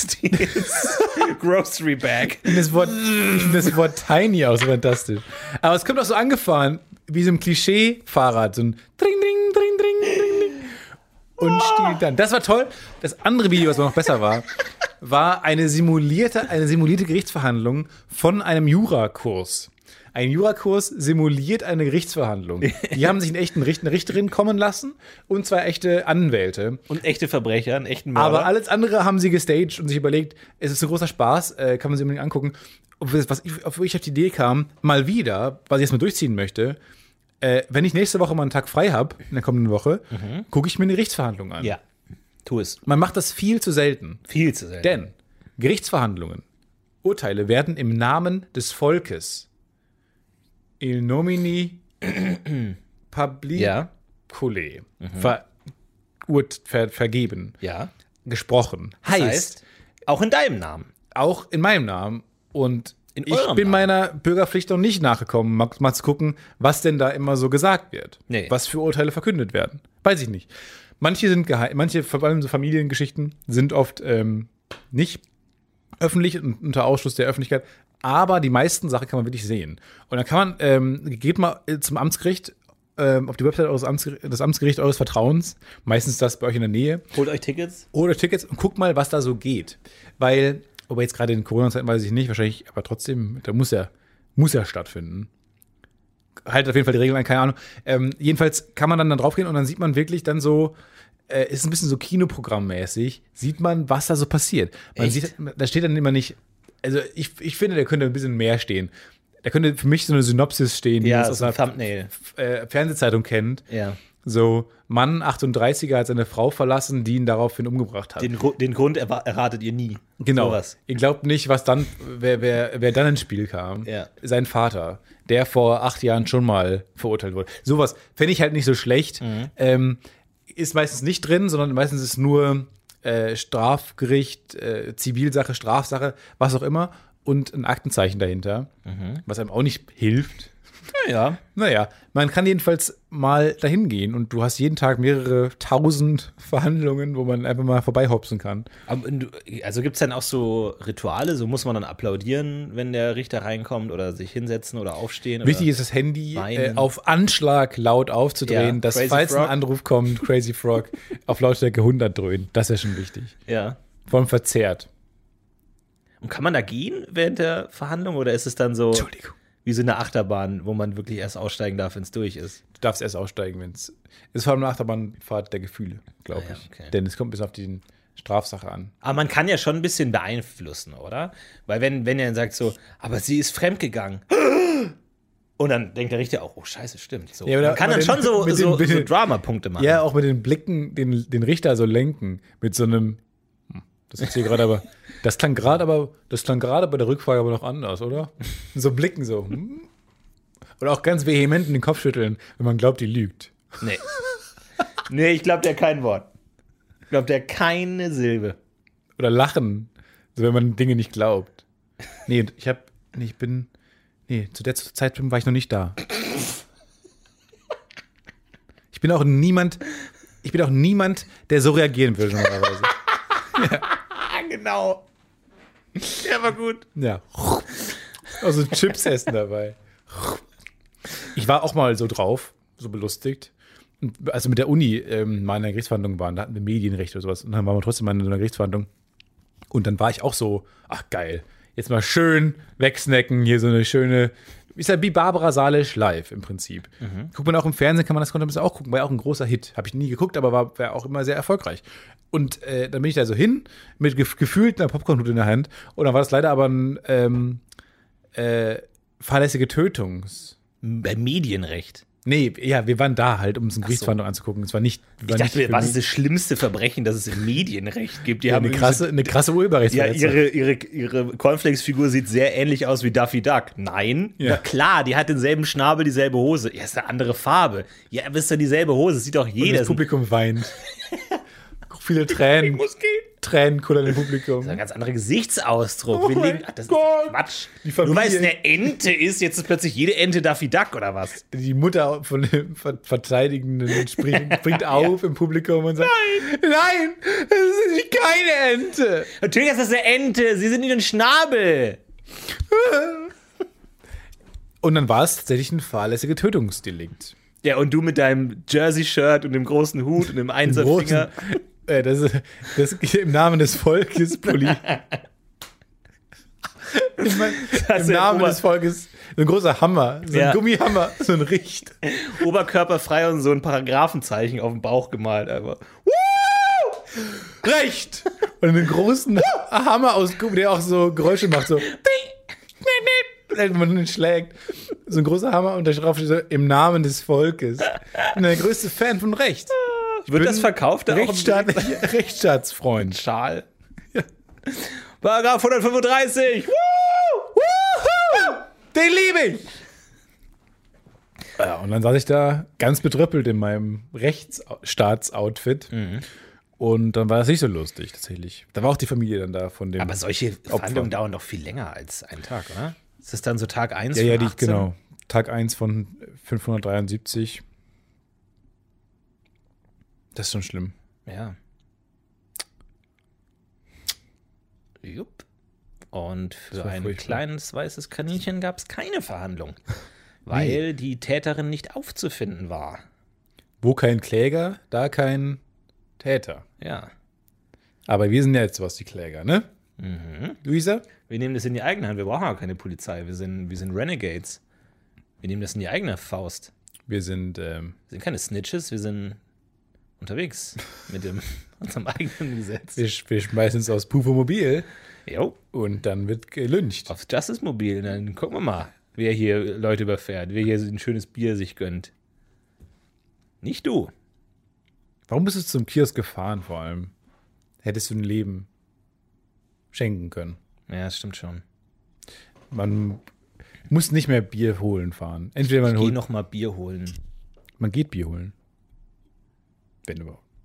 steals grocery bag. Ich finde das Wort tiny auch so fantastisch. Aber es kommt auch so angefahren, wie so ein Klischee-Fahrrad. So ein Dring, Dring, Dring, Dring, Dring, Dring. Und stiehlt dann. Das war toll. Das andere Video, was noch besser war, war eine simulierte Gerichtsverhandlung von einem Jurakurs. Ein Jurakurs simuliert eine Gerichtsverhandlung. Die haben sich einen echten eine Richterin kommen lassen und 2 echte Anwälte. Und echte Verbrecher, einen echten Mörder. Aber alles andere haben sie gestaged und sich überlegt, es ist ein großer Spaß, kann man sich unbedingt angucken. Auf ich auf die Idee kam, mal wieder, was ich jetzt mal durchziehen möchte, wenn ich nächste Woche mal einen Tag frei habe, in der kommenden Woche, gucke ich mir eine Gerichtsverhandlung an. Ja, tu es. Man macht das viel zu selten. Viel zu selten. Denn Gerichtsverhandlungen, Urteile werden im Namen des Volkes il nomini publicole vergeben. Ja. Gesprochen. Das heißt, auch in deinem Namen. Auch in meinem Namen. Und In ich eurem bin Namen. meiner Bürgerpflicht noch nicht nachgekommen, mal zu gucken, was denn da immer so gesagt wird. Nee. Was für Urteile verkündet werden. Weiß ich nicht. Manche sind geheim, manche, vor allem so Familiengeschichten, sind oft nicht öffentlich und unter Ausschluss der Öffentlichkeit. Aber die meisten Sachen kann man wirklich sehen. Und dann kann man, geht mal zum Amtsgericht, auf die Website des Amtsgerichts eures Vertrauens, meistens das bei euch in der Nähe, Holt euch Tickets. oder Tickets und guckt mal, was da so geht. Weil, aber jetzt gerade in Corona-Zeiten weiß ich nicht, wahrscheinlich, aber trotzdem, da muss ja stattfinden. Haltet auf jeden Fall die Regeln ein, keine Ahnung. Jedenfalls kann man dann drauf gehen und dann sieht man wirklich dann so, ist ein bisschen so Kinoprogrammmäßig, sieht man, was da so passiert. Man sieht, da steht dann immer nicht, also ich finde, da könnte ein bisschen mehr stehen. Da könnte für mich so eine Synopsis stehen, die Ja, man aus so ein einer Thumbnail. Fernsehzeitung kennt. Ja. So, Mann, 38er, hat seine Frau verlassen, die ihn daraufhin umgebracht hat. Den Grund erratet ihr nie. Genau. Sowas. Ihr glaubt nicht, was dann, wer dann ins Spiel kam. Ja. Sein Vater, der vor 8 Jahren schon mal verurteilt wurde. Sowas fände ich halt nicht so schlecht. Ist meistens nicht drin, sondern meistens ist nur Strafgericht, Zivilsache, Strafsache, was auch immer und ein Aktenzeichen dahinter, was einem auch nicht hilft. Ja. Naja, man kann jedenfalls mal dahin gehen und du hast jeden Tag mehrere tausend Verhandlungen, wo man einfach mal vorbeihopsen kann. Also gibt es dann auch so Rituale, so muss man dann applaudieren, wenn der Richter reinkommt oder sich hinsetzen oder aufstehen? Wichtig oder ist, das Handy weinen? auf Anschlag laut aufzudrehen, Ja, dass Crazy falls Frog. ein Anruf kommt, Crazy Frog, auf Lautstärke 100 dröhnen. Das ist ja schon wichtig. Ja. Vor allem verzerrt. Und kann man da gehen während der Verhandlung oder ist es dann so Entschuldigung. wie so eine Achterbahn, wo man wirklich erst aussteigen darf, wenn es durch ist? Du darfst erst aussteigen, wenn es. Es ist vor allem eine Achterbahnfahrt der Gefühle, glaube Ah ja, ich. okay. Denn es kommt bis auf die Strafsache an. Aber man kann ja schon ein bisschen beeinflussen, oder? Weil wenn er dann sagt so, aber sie ist fremdgegangen. Und dann denkt der Richter auch, oh scheiße, stimmt. So. Ja, oder man kann dann mit schon so mit den Drama-Punkte machen. Ja, auch mit den Blicken, den Richter so lenken. Mit so einem. Das ist hier gerade aber. Das klang gerade bei der Rückfrage aber noch anders, oder? So blicken so. Oder auch ganz vehement in den Kopf schütteln, wenn man glaubt, die lügt. Nee. Nee, ich glaube der kein Wort. Ich glaube der keine Silbe. Oder lachen, so wenn man Dinge nicht glaubt. Nee, zu der Zeit war ich noch nicht da. Ich bin auch niemand, der so reagieren würde normalerweise. Genau. Der war gut. Ja. Also Chips essen dabei. Ich war auch mal so drauf, so belustigt. Und als wir mit der Uni mal in einer Gerichtsverhandlung waren, da hatten wir Medienrecht oder sowas. Und dann waren wir trotzdem mal in so einer Gerichtsverhandlung. Und dann war ich auch so, ach geil, jetzt mal schön wegsnacken, hier so eine schöne, ist ja wie Barbara Salisch live im Prinzip. Guckt man auch im Fernsehen, konnte man das auch gucken, war ja auch ein großer Hit. Habe ich nie geguckt, aber war auch immer sehr erfolgreich. Und dann bin ich da so hin, mit gefühlt einer Popcorn-Hut in der Hand. Und dann war das leider aber ein fahrlässige Beim Medienrecht. Nee, ja, wir waren da halt, um uns eine Gerichtsverhandlung anzugucken. Es war nicht. Ich dachte, was ist das schlimmste Verbrechen, das es im Medienrecht gibt? Die haben eine krasse Urheberrechtsverletzung. Ja, ihre Cornflakes-Figur sieht sehr ähnlich aus wie Daffy Duck. Nein, Ja. na klar, die hat denselben Schnabel, dieselbe Hose. Ja, ist eine andere Farbe. Ja, aber ist doch dieselbe Hose, das sieht doch Und jeder. das Publikum weint. Viele Tränen. muss gehen. Tränen kullern im Publikum. Das ist ein ganz anderer Gesichtsausdruck. Oh Wir mein legen, das ist Gott. Quatsch. Die Familie- Nur weil es eine Ente ist, jetzt ist plötzlich jede Ente Daffy Duck oder was? Die Mutter von dem Verteidigenden springt auf im Publikum und sagt: Nein, das ist keine Ente. Natürlich ist das eine Ente, sie sind nicht ein Schnabel. Und dann war es tatsächlich ein fahrlässiges Tötungsdelikt. Ja, und du mit deinem Jersey-Shirt und dem großen Hut und dem Einserfinger. Das im Namen des Volkes, Pulli. Im Namen des Volkes, so ein großer Hammer, so ein Gummihammer, so ein Richt. Oberkörperfrei und so ein Paragraphenzeichen auf dem Bauch gemalt. Einfach. Recht! Und einen großen Hammer aus Gummi, der auch so Geräusche macht, so. Wenn man ihn schlägt. So ein großer Hammer und da drauf steht so, im Namen des Volkes. Ich bin der größte Fan von Recht. Wird das verkauft? Rechtsstaatsfreund. Schal. Ja. Paragraph 135. Den liebe ich! Ja, und dann saß ich da ganz betröppelt in meinem Rechtsstaatsoutfit. Und dann war das nicht so lustig, tatsächlich. Da war auch die Familie dann da von dem. Aber solche Opfer. Verhandlungen dauern doch viel länger als einen Tag, oder? Ist das dann so Tag 1 Ja, von 18? genau. Tag 1 von 573. Das ist schon schlimm. Ja. Jupp. Und für war ein furchtbar. kleines weißes Kaninchen gab es keine Verhandlung, weil die Täterin nicht aufzufinden war. Wo kein Kläger, da kein Täter. Ja. Aber wir sind ja jetzt was, die Kläger, ne? Luisa? Wir nehmen das in die eigene Hand. Wir brauchen ja keine Polizei. Wir sind Renegades. Wir nehmen das in die eigene Faust. Wir sind, Wir sind keine Snitches, wir sind unterwegs mit unserem eigenen Gesetz. wir schmeißen uns aufs Pufomobil Jo, und dann wird gelyncht. aufs Justice Mobil. Dann gucken wir mal, wer hier Leute überfährt, wer hier ein schönes Bier sich gönnt. Nicht du. Warum bist du zum Kiosk gefahren vor allem? Hättest du ein Leben schenken können. Ja, das stimmt schon. Man muss nicht mehr Bier holen fahren. Entweder man Ich geh holt, noch mal Bier holen. man geht Bier holen. Wenn überhaupt.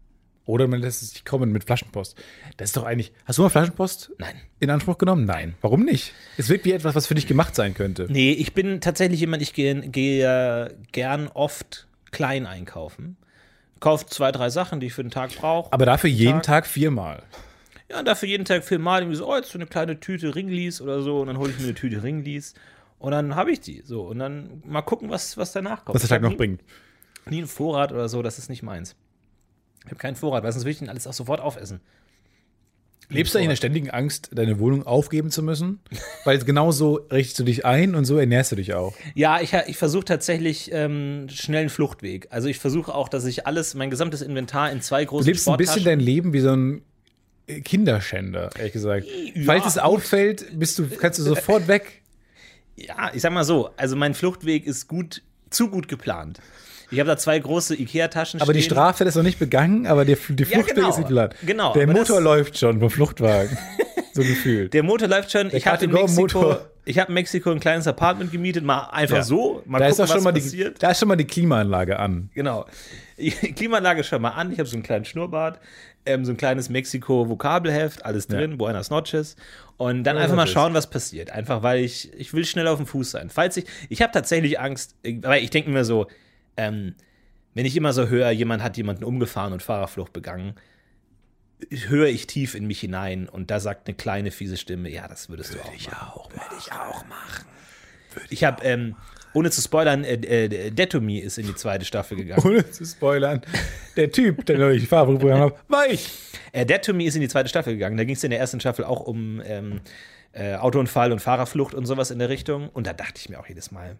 Oder man lässt es sich kommen mit Flaschenpost. Das ist doch eigentlich. Hast du mal Flaschenpost Nein. in Anspruch genommen? Nein. Warum nicht? Es wirkt wie etwas, was für dich gemacht sein könnte. Nee, ich bin tatsächlich jemand, ich gehe gern oft klein einkaufen. Kaufe 2, 3 Sachen, die ich für den Tag brauche. Aber dafür jeden Tag 4-mal. Ja, und dafür jeden Tag 4-mal. Irgendwie so, jetzt so eine kleine Tüte Ringlis oder so. Und dann hole ich mir eine Tüte Ringlis. Und dann habe ich die. So, und dann mal gucken, was danach kommt. Was der Tag noch bringt. Nie ein Vorrat oder so, das ist nicht meins. Ich habe keinen Vorrat, weil sonst will ich den alles auch sofort aufessen. Lebst du eigentlich in der ständigen Angst, deine Wohnung aufgeben zu müssen? Weil genau so richtest du dich ein und so ernährst du dich auch. Ja, ich versuche tatsächlich schnell einen Fluchtweg. Also ich versuche auch, dass ich mein gesamtes Inventar in 2 großen Du lebst ein bisschen Sporttaschen. dein Leben wie so ein Kinderschänder, ehrlich gesagt. Falls es auffällt, kannst du sofort weg. Ja, ich sag mal so, also mein Fluchtweg ist zu gut geplant. Ich habe da 2 große Ikea-Taschen stehen. Aber die Strafe ist noch nicht begangen, aber die Fluchtweg genau. ist nicht geplant. Genau, Der aber Motor das- läuft schon vom Fluchtwagen. So gefühlt. Der Motor läuft schon. Ich habe in Car2Go-Motor. Mexiko ein kleines Apartment gemietet, mal einfach Ja. so, mal Da ist gucken, doch schon was mal passiert. da ist schon mal die Klimaanlage an. Genau. Klimaanlage schon mal an. Ich habe so einen kleinen Schnurrbart, so ein kleines Mexiko-Vokabelheft, alles drin, Buenas noches. Und dann einfach mal schauen, was passiert. Einfach, weil ich will schnell auf dem Fuß sein. Ich habe tatsächlich Angst, weil ich denke mir so, wenn ich immer so höre, jemand hat jemanden umgefahren und Fahrerflucht begangen, höre ich tief in mich hinein und da sagt eine kleine, fiese Stimme, ja, das würdest du auch machen. Würde ich auch machen. Ich habe, ohne zu spoilern, Detomy ist in die 2. Staffel gegangen. Ohne zu spoilern. Der Typ, der neulich Fahrprüfung hat, war ich. Detomy ist in die 2. Staffel gegangen. Da ging es in der ersten Staffel auch um Autounfall und Fahrerflucht und sowas in der Richtung. Und da dachte ich mir auch jedes Mal,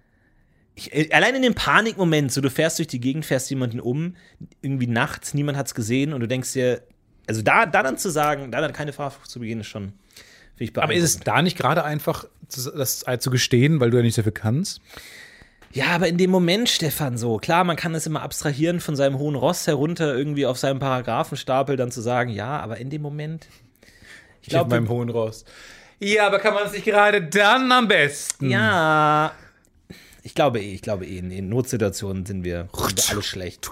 allein in dem Panikmoment, so du fährst durch die Gegend, fährst jemanden um, irgendwie nachts, niemand hat's gesehen und du denkst dir, also da dann zu sagen, da dann keine Fahrerflucht zu begehen, ist schon, finde ich beeindruckend. Aber ist es da nicht gerade einfach, das zu gestehen, weil du ja nicht dafür kannst? Ja, aber in dem Moment, Stefan, so, klar, man kann es immer abstrahieren von seinem hohen Ross herunter, irgendwie auf seinem Paragraphenstapel dann zu sagen, ja, aber in dem Moment, ich Auf glaube, meinem hohen Ross. Ja, aber kann man es nicht gerade dann am besten? ja, ich glaube in Notsituationen sind wir alle schlecht.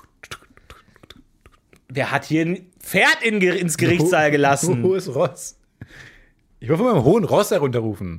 Wer hat hier ein Pferd ins Gerichtssaal gelassen? Hohes Ross. Ich will von meinem hohen Ross herunterrufen.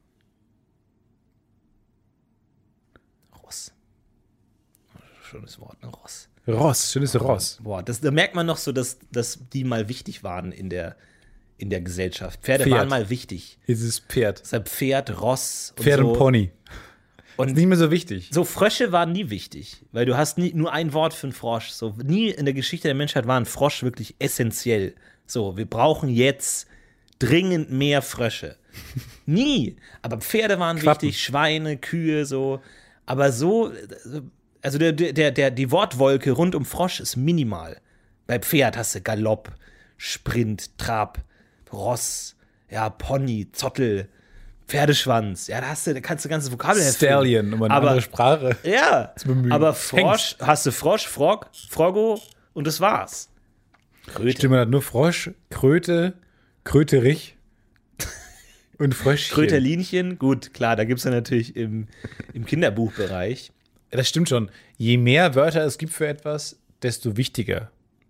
Ross. Schönes Wort, ne? Ross. Ross, schönes Ross. Boah, da merkt man noch so, dass die mal wichtig waren in der Gesellschaft. Pferde Pferd. waren mal wichtig. Dieses Pferd. Deshalb Pferd, Ross und Pferd so. und Pony. Und Ist nicht mehr so wichtig. so Frösche waren nie wichtig, weil du hast nur ein Wort für einen Frosch. So nie in der Geschichte der Menschheit war ein Frosch wirklich essentiell. So, wir brauchen jetzt dringend mehr Frösche. Nie. Aber Pferde waren Quappen. wichtig, Schweine, Kühe, so. Aber so, also die Wortwolke rund um Frosch ist minimal. Bei Pferd hast du Galopp, Sprint, Trab, Ross, ja, Pony, Zottel, Pferdeschwanz. Ja, da kannst du ganze Vokabelheft Stallion, um eine aber, andere Sprache. Ja, bemühen. aber Frosch, hast du Frosch, Frog, Froggo und das war's. Kröte. Stimmt, man hat nur Frosch, Kröte, Kröterich und Fröschchen. Kröterlinchen, gut, klar, da gibt's ja natürlich im Kinderbuchbereich. Ja, das stimmt schon. Je mehr Wörter es gibt für etwas, desto wichtiger.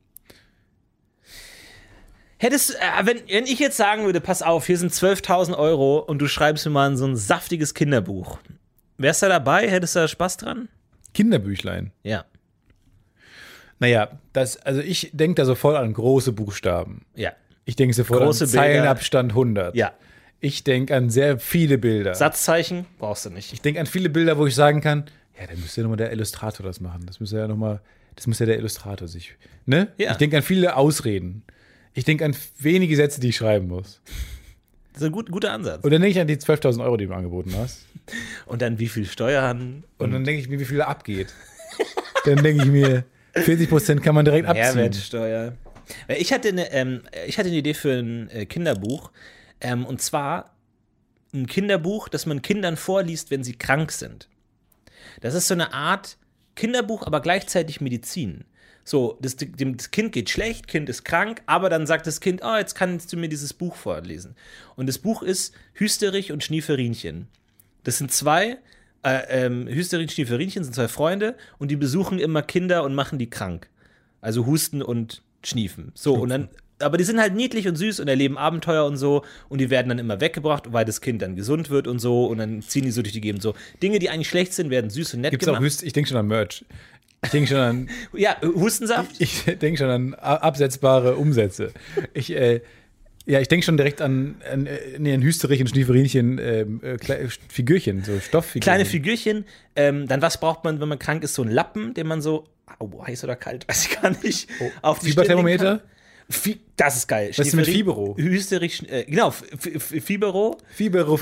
Hättest, wenn ich jetzt sagen würde, pass auf, hier sind 12.000 € und du schreibst mir mal so ein saftiges Kinderbuch. Wärst du dabei? Hättest du da Spaß dran? Kinderbüchlein. Ja. Naja, also ich denke da sofort an große Buchstaben. Ja. Ich denke sofort Große an Bilder. Zeilenabstand 100. Ja. Ich denke an sehr viele Bilder. Satzzeichen brauchst du nicht. Ich denke an viele Bilder, wo ich sagen kann, ja, dann müsste ja nochmal der Illustrator das machen. Das muss ja der Illustrator sich, ne? Ja. Ich denke an viele Ausreden. Ich denke an wenige Sätze, die ich schreiben muss. Das ist ein guter Ansatz. Und dann denke ich an die 12.000 €, die du mir angeboten hast. Und dann wie viel Steuern Und dann denke ich mir, wie viel da abgeht. Dann denke ich mir, 40% kann man direkt abziehen. Mehrwertsteuer. Ich hatte eine Idee für ein Kinderbuch. Und zwar ein Kinderbuch, das man Kindern vorliest, wenn sie krank sind. Das ist so eine Art Kinderbuch, aber gleichzeitig Medizin. So, das Kind geht schlecht, Kind ist krank, aber dann sagt das Kind, oh, jetzt kannst du mir dieses Buch vorlesen. Und das Buch ist Hüsterich und Schnieferinchen. Das sind Hüsterich und Schnieferinchen sind 2 Freunde und die besuchen immer Kinder und machen die krank. Also husten und schniefen. So, und dann, aber die sind halt niedlich und süß und erleben Abenteuer und so und die werden dann immer weggebracht, weil das Kind dann gesund wird und so und dann ziehen die so durch die Gegend. So Dinge, die eigentlich schlecht sind, werden süß und nett Gibt's gemacht. auch ich denke schon an Merch. Ich denke schon an Ja, Hustensaft. Ich denke schon an absetzbare Umsätze. Ich denke schon direkt an Hüsterich und Schnieferinchen Figürchen, so Stofffigürchen. Kleine Figürchen. Dann was braucht man, wenn man krank ist? So ein Lappen, den man so, heiß oder kalt, weiß ich gar nicht, auf die Fieberthermometer? Das ist geil. Was ist mit Fibero? Hüsterich, genau, Fibero. Fibero.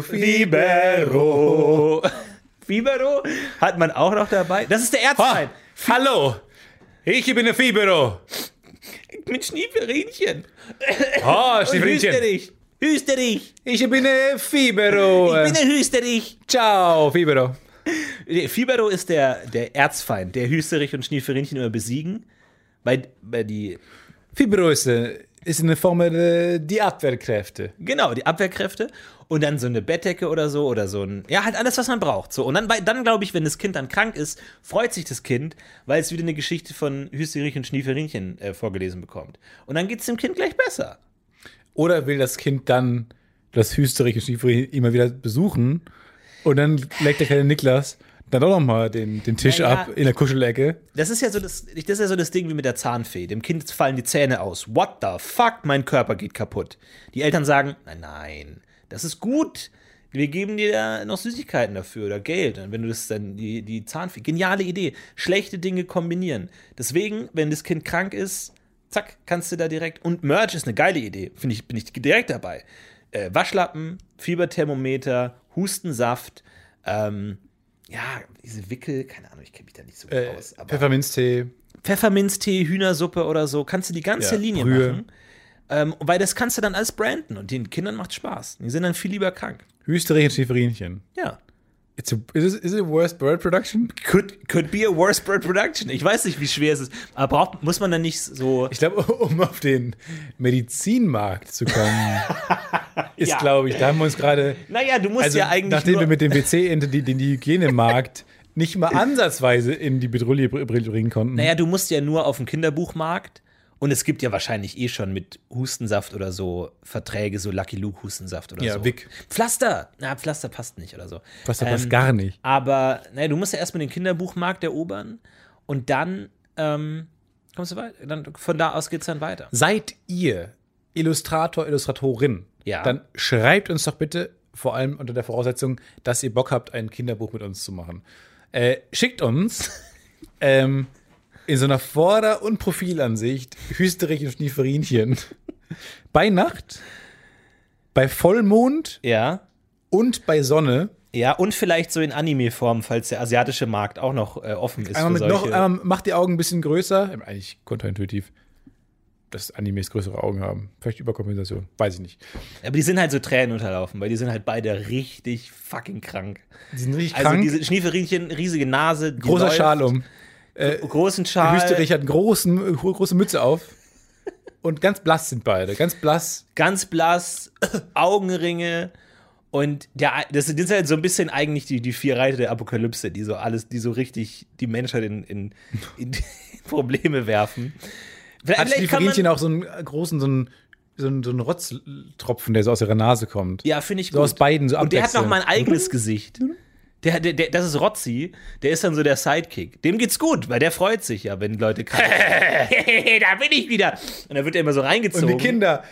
Fibero hat man auch noch dabei. Das ist der Erzfeind. Hallo, ich bin der Fibero. Mit Schnieferinchen. Schnieferinchen. Hüsterich. Ich bin der Fibero. Ich bin der Hüsterich. Ciao, Fibero. Fibero ist der Erzfeind, der Hüsterich und Schnieferinchen immer besiegen. Weil die Fibero ist eine Formel, die Abwehrkräfte. Genau, die Abwehrkräfte. Und dann so eine Bettdecke oder so ein, ja, halt alles, was man braucht. So. Und dann glaube ich, wenn das Kind dann krank ist, freut sich das Kind, weil es wieder eine Geschichte von Hüsterich und Schnieferinchen vorgelesen bekommt. Und dann geht es dem Kind gleich besser. Oder will das Kind dann das Hüsterich und Schnieferinchen immer wieder besuchen und dann legt der kleine Niklas dann doch nochmal den Tisch ab in der Kuschelecke. Das ist ja so das Ding wie mit der Zahnfee. Dem Kind fallen die Zähne aus. What the fuck? Mein Körper geht kaputt. Die Eltern sagen, nein, das ist gut. Wir geben dir da noch Süßigkeiten dafür oder Geld. Und wenn du das dann, die Zahnfee, geniale Idee. Schlechte Dinge kombinieren. Deswegen, wenn das Kind krank ist, zack, kannst du da direkt. Und Merch ist eine geile Idee. Bin ich direkt dabei. Waschlappen, Fieberthermometer, Hustensaft, diese Wickel, keine Ahnung, ich kenne mich da nicht so gut aus. Aber Pfefferminztee, Hühnersuppe oder so, kannst du die ganze Linie Brühe machen. Weil das kannst du dann alles branden und den Kindern macht Spaß. Die sind dann viel lieber krank. Hüsterich und Schnieferinchen. Ja. Is it a worst bird production? Could be a worst bird production. Ich weiß nicht, wie schwer es ist. Aber muss man dann nicht so. Ich glaube, um auf den Medizinmarkt zu kommen, ist, glaube ich, da haben wir uns gerade. Naja, du musst ja eigentlich. Nachdem wir mit dem WC den Hygienemarkt nicht mal ansatzweise in die Bedrulle bringen konnten. Naja, du musst ja nur auf den Kinderbuchmarkt. Und es gibt ja wahrscheinlich schon mit Hustensaft oder so Verträge, so Lucky Luke Hustensaft oder so. Ja, Wick. Pflaster. Na, Pflaster passt nicht oder so. Pflaster passt gar nicht. Aber, naja, du musst ja erstmal den Kinderbuchmarkt erobern und dann kommst du weiter. Dann, von da aus geht's dann weiter. Seid ihr Illustrator, Illustratorin? Ja. Dann schreibt uns doch bitte, vor allem unter der Voraussetzung, dass ihr Bock habt, ein Kinderbuch mit uns zu machen. Schickt uns in so einer Vorder- und Profilansicht Hüsterich und Schnieferinchen bei Nacht, bei Vollmond und bei Sonne. Ja, und vielleicht so in Anime-Form, falls der asiatische Markt auch noch offen ist. Macht die Augen ein bisschen größer. Eigentlich kontraintuitiv, dass Animes größere Augen haben. Vielleicht Überkompensation, weiß ich nicht. Aber die sind halt so Tränen unterlaufen, weil die sind halt beide richtig fucking krank. Die sind richtig krank. Also diese Schnieferinchen, riesige Nase. Großer Schal um. Großen Schal. Hüsterich hat eine große Mütze auf. Und ganz blass sind beide. Ganz blass. Ganz blass, Augenringe. Und das sind halt so ein bisschen eigentlich die vier Reiter der Apokalypse, die so richtig die Menschheit in Probleme werfen. Hat Schnieferinchen auch so einen großen, so einen Rotztropfen, der so aus ihrer Nase kommt. Ja, finde ich gut. So aus beiden so und der hat noch mal ein eigenes Gesicht. Das ist Rotzi, der ist dann so der Sidekick. Dem geht's gut, weil der freut sich ja, wenn Leute krank sind. Da bin ich wieder. Und dann wird er immer so reingezogen. Und die Kinder.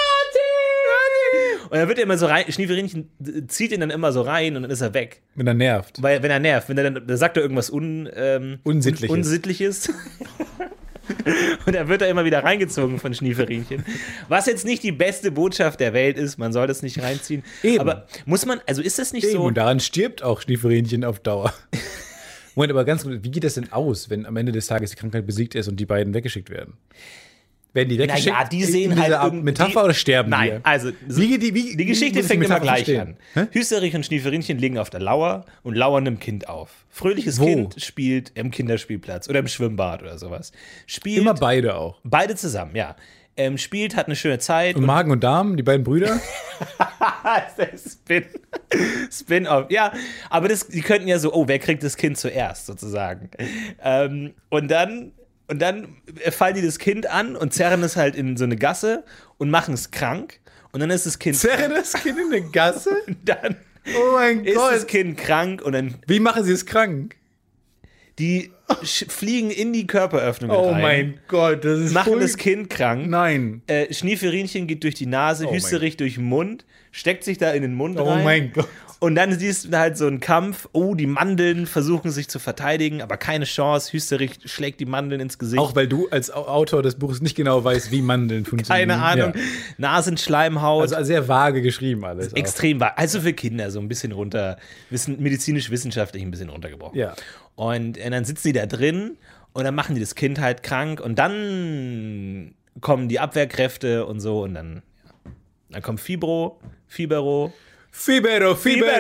Und dann wird er immer so rein, Schnieferinchen zieht ihn dann immer so rein und dann ist er weg. Wenn er nervt. Wenn er nervt. Da sagt er irgendwas Unsittliches. Und dann wird er immer wieder reingezogen von Schnieferinchen. Was jetzt nicht die beste Botschaft der Welt ist, man soll das nicht reinziehen. Eben. Aber muss man, also ist das nicht so? Und daran stirbt auch Schnieferinchen auf Dauer. Moment, aber ganz gut, wie geht das denn aus, wenn am Ende des Tages die Krankheit besiegt ist und die beiden weggeschickt werden? Werden die weggeschickt? Naja, die sehen halt irgendwie Metapher oder sterben die? Nein, also die Geschichte fängt immer gleich an. Hüsterich und Schnieferinchen liegen auf der Lauer und lauern einem Kind auf. Fröhliches Kind spielt im Kinderspielplatz oder im Schwimmbad oder sowas. Immer beide auch. Beide zusammen, ja. Spielt, hat eine schöne Zeit. Und Magen und Darm, die beiden Brüder? Spin-off, ja. Aber die könnten ja so, wer kriegt das Kind zuerst, sozusagen. Und dann Und dann fallen die das Kind an und zerren es halt in so eine Gasse und machen es krank. Und dann ist das Kind Zerren das Kind in eine Gasse? Und dann Oh mein ist Gott. das Kind krank und dann Wie machen sie es krank? die fliegen in die Körperöffnung Oh rein. mein Gott, das ist Machen das Kind krank. Nein. Schnieferinchen geht durch die Nase, Hüsterich durch den Mund, steckt sich da in den Mund Oh rein. mein Gott. Und dann siehst du halt so einen Kampf. Oh, die Mandeln versuchen sich zu verteidigen, aber keine Chance. Hüsterich schlägt die Mandeln ins Gesicht. Auch weil du als Autor des Buches nicht genau weißt, wie Mandeln funktionieren. keine Ahnung. Ja. Nasenschleimhaut. Also sehr vage geschrieben alles. auch. Extrem wahr. Also für Kinder so ein bisschen runter, medizinisch-wissenschaftlich ein bisschen runtergebrochen. Ja. Und dann sitzen die da drin und dann machen die das Kind halt krank und dann kommen die Abwehrkräfte und so und dann kommt Fibero. Fibero. Fibero.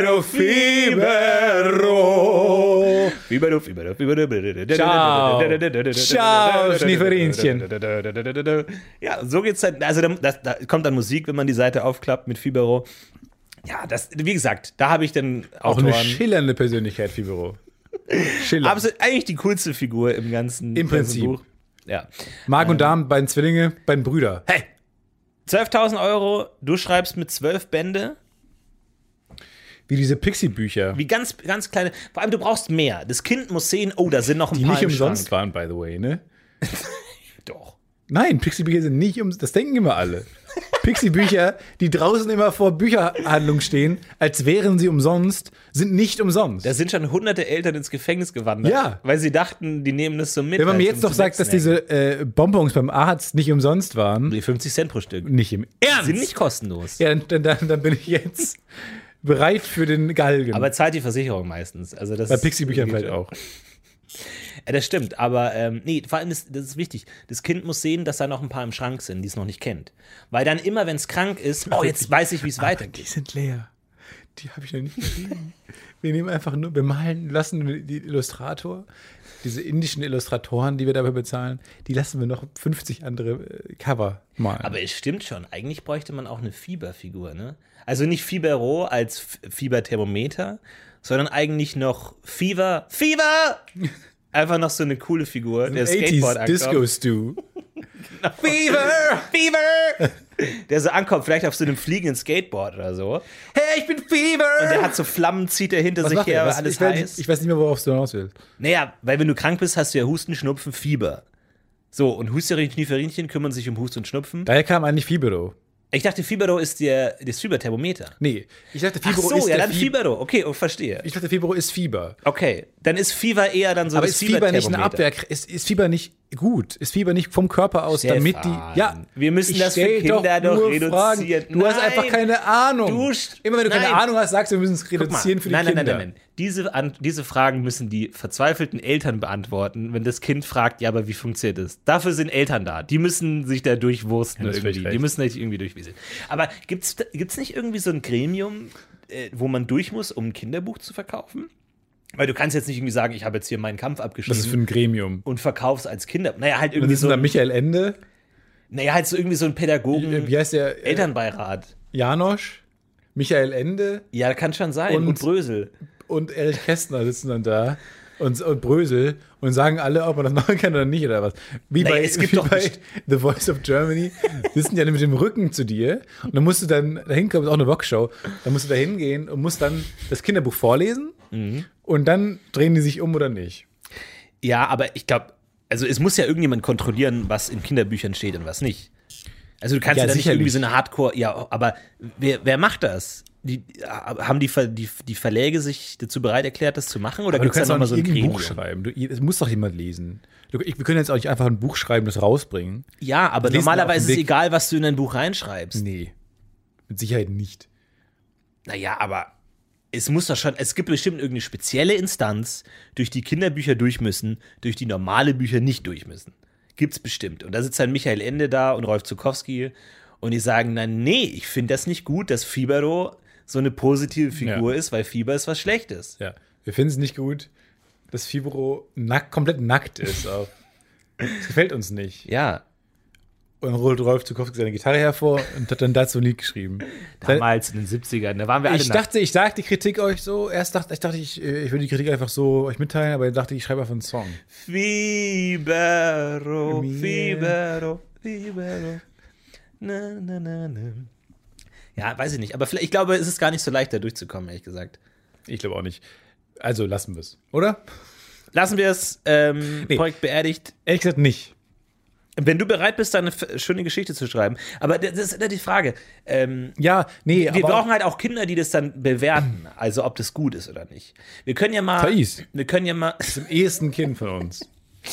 Ciao. Ciao, Schnieferinchen. Ja, so geht's halt. Also da kommt dann Musik, wenn man die Seite aufklappt mit Fibero. Ja, das, wie gesagt, da habe ich dann Auch Autoren. eine schillernde Persönlichkeit, Fibero. Schillernd. Absolut, eigentlich die coolste Figur im ganzen Im Prinzip. Buch. Ja. Magen und Darm, beiden Zwillinge, beiden Brüder. Hey, 12.000 Euro, du schreibst mit 12 Bände, Wie diese Pixie-Bücher, wie ganz, ganz kleine, vor allem du brauchst mehr. Das Kind muss sehen, oh, da sind noch ein die paar nicht im umsonst Schrank. waren, by the way, ne? Doch. Nein, Pixie-Bücher sind nicht umsonst. Das denken immer alle. Pixie-Bücher, die draußen immer vor Bücherhandlungen stehen, als wären sie umsonst, sind nicht umsonst. Da sind schon hunderte Eltern ins Gefängnis gewandert, Ja. weil sie dachten, die nehmen das so mit. Wenn man mir als jetzt um noch zu sagt, dass wegsnacken. diese Bonbons beim Arzt nicht umsonst waren, Die 50 Cent pro Stück. nicht im Ernst. Sind nicht kostenlos. Ja, dann bin ich jetzt bereit für den Galgen. Aber zahlt die Versicherung meistens. Also das bei Pixie-Büchern vielleicht auch. Ja, das stimmt, aber nee, vor allem, das ist wichtig. Das Kind muss sehen, dass da noch ein paar im Schrank sind, die es noch nicht kennt. Weil dann immer, wenn es krank ist, oh, jetzt weiß ich, wie es Die weitergeht. sind leer. Die habe ich noch nicht gesehen. Wir nehmen einfach nur, wir malen, lassen die Illustrator, diese indischen Illustratoren, die wir dabei bezahlen, die lassen wir noch 50 andere Cover malen. Aber es stimmt schon, eigentlich bräuchte man auch eine Fieberfigur, ne? Also nicht Fibero als Fieberthermometer, sondern eigentlich noch Fever! Einfach noch so eine coole Figur, der 80s Skateboard Disco ankommt. Stew. Fever! Der so ankommt, vielleicht auf so einem fliegenden Skateboard oder so. Hey, ich bin Fever! Und der hat so Flammen, zieht er hinter sich macht her, er? weil alles heiß. Ich weiß nicht mehr, worauf du hinaus willst. Naja, weil wenn du krank bist, hast du ja Husten, Schnupfen, Fieber. So, und Hüsterich, Schnieferinchen kümmern sich um Husten und Schnupfen. Daher kam eigentlich Fibero. Ich dachte, Fibero ist das Fieberthermometer. Nee, ich dachte, Ach Fibero so, ist ja, der dann Fibero. Okay, oh, verstehe. Ich dachte, Fibero ist Fieber. Okay, dann ist Fieber eher dann so Aber das ist Fieber nicht eine Fieberthermometer. Abwehr? Ist Fieber nicht gut? Ist Fieber nicht vom Körper aus, damit die. Ja, wir müssen ich das für stell Kinder doch nur reduzieren. Fragen. Du hast Nein. einfach keine Ahnung. Immer wenn du keine Nein. Ahnung hast, sagst du, wir müssen es Guck mal, reduzieren für die nein, Kinder. Nein. Diese Fragen müssen die verzweifelten Eltern beantworten, wenn das Kind fragt, ja, aber wie funktioniert das? Dafür sind Eltern da. Die müssen sich da durchwursten Ja, das ist irgendwie. vielleicht Die recht. müssen sich irgendwie durchwieseln. Aber gibt's nicht irgendwie so ein Gremium, wo man durch muss, um ein Kinderbuch zu verkaufen? Weil du kannst jetzt nicht irgendwie sagen, ich habe jetzt hier meinen Kampf Was abgeschrieben ist für ein Gremium? und verkauf's als Kinder. Naja, halt Was irgendwie ist so denn da Michael Ende? halt so irgendwie so ein Pädagogen Wie heißt der? Elternbeirat. Janosch? Michael Ende Ja, kann schon sein. Und- Und Brösel. und Erich Kästner sitzen dann da und Brösel und sagen alle, ob man das machen kann oder nicht oder was. Wie Naja, bei, es gibt wie doch bei best- The Voice of Germany. Die sitzen ja mit dem Rücken zu dir und dann musst du dann dahin kommen, ist auch eine Vox-Show, dann musst du da hingehen und musst dann das Kinderbuch vorlesen und dann drehen die sich um oder nicht. Ja, aber ich glaube, also es muss ja irgendjemand kontrollieren, was in Kinderbüchern steht und was nicht. Also du kannst Ja, ja, da nicht sicherlich. irgendwie so eine Hardcore, ja, aber wer macht das? Haben die Verläge sich dazu bereit erklärt, das zu machen? Oder Aber du gibt es kannst da auch nochmal nicht so ein irgendein Buch Gremium? schreiben. Es muss doch jemand lesen. Wir können jetzt auch nicht einfach ein Buch schreiben, das rausbringen. Ja, aber Das lesen wir auf normalerweise dem ist es Weg. egal, was du in dein Buch reinschreibst. Nee, mit Sicherheit nicht. Naja, aber es muss doch schon, es gibt bestimmt irgendeine spezielle Instanz, durch die Kinderbücher durch müssen, durch die normale Bücher nicht durch müssen. Gibt's bestimmt. Und da sitzt dann Michael Ende da und Rolf Zukowski und die sagen dann, nee, ich finde das nicht gut, dass Fibero so eine positive Figur ist, weil Fieber ist was Schlechtes. Ja, wir finden es nicht gut, dass Fibero komplett nackt ist. Auch. Das gefällt uns nicht. Ja. Und dann holt Rolf Zukowski seine Gitarre hervor und hat dann dazu ein Lied geschrieben. Damals in den 70ern, da waren wir alle Ich sag die Kritik euch so, ich würde die Kritik einfach so euch mitteilen, aber ich dachte, ich schreibe einfach einen Song. Fibero, Fibero, Fibero. Na, na, na, na. Ja, weiß ich nicht, aber ich glaube, es ist gar nicht so leicht, da durchzukommen, ehrlich gesagt. Ich glaube auch nicht. Also lassen wir es, oder? Lassen wir es, Projekt beerdigt. Ehrlich gesagt nicht. Wenn du bereit bist, da eine schöne Geschichte zu schreiben. Aber das ist ja die Frage. Wir brauchen halt auch Kinder, die das dann bewerten. Also, ob das gut ist oder nicht. Wir können ja mal. Thais. Das ist im ehesten Kind von uns.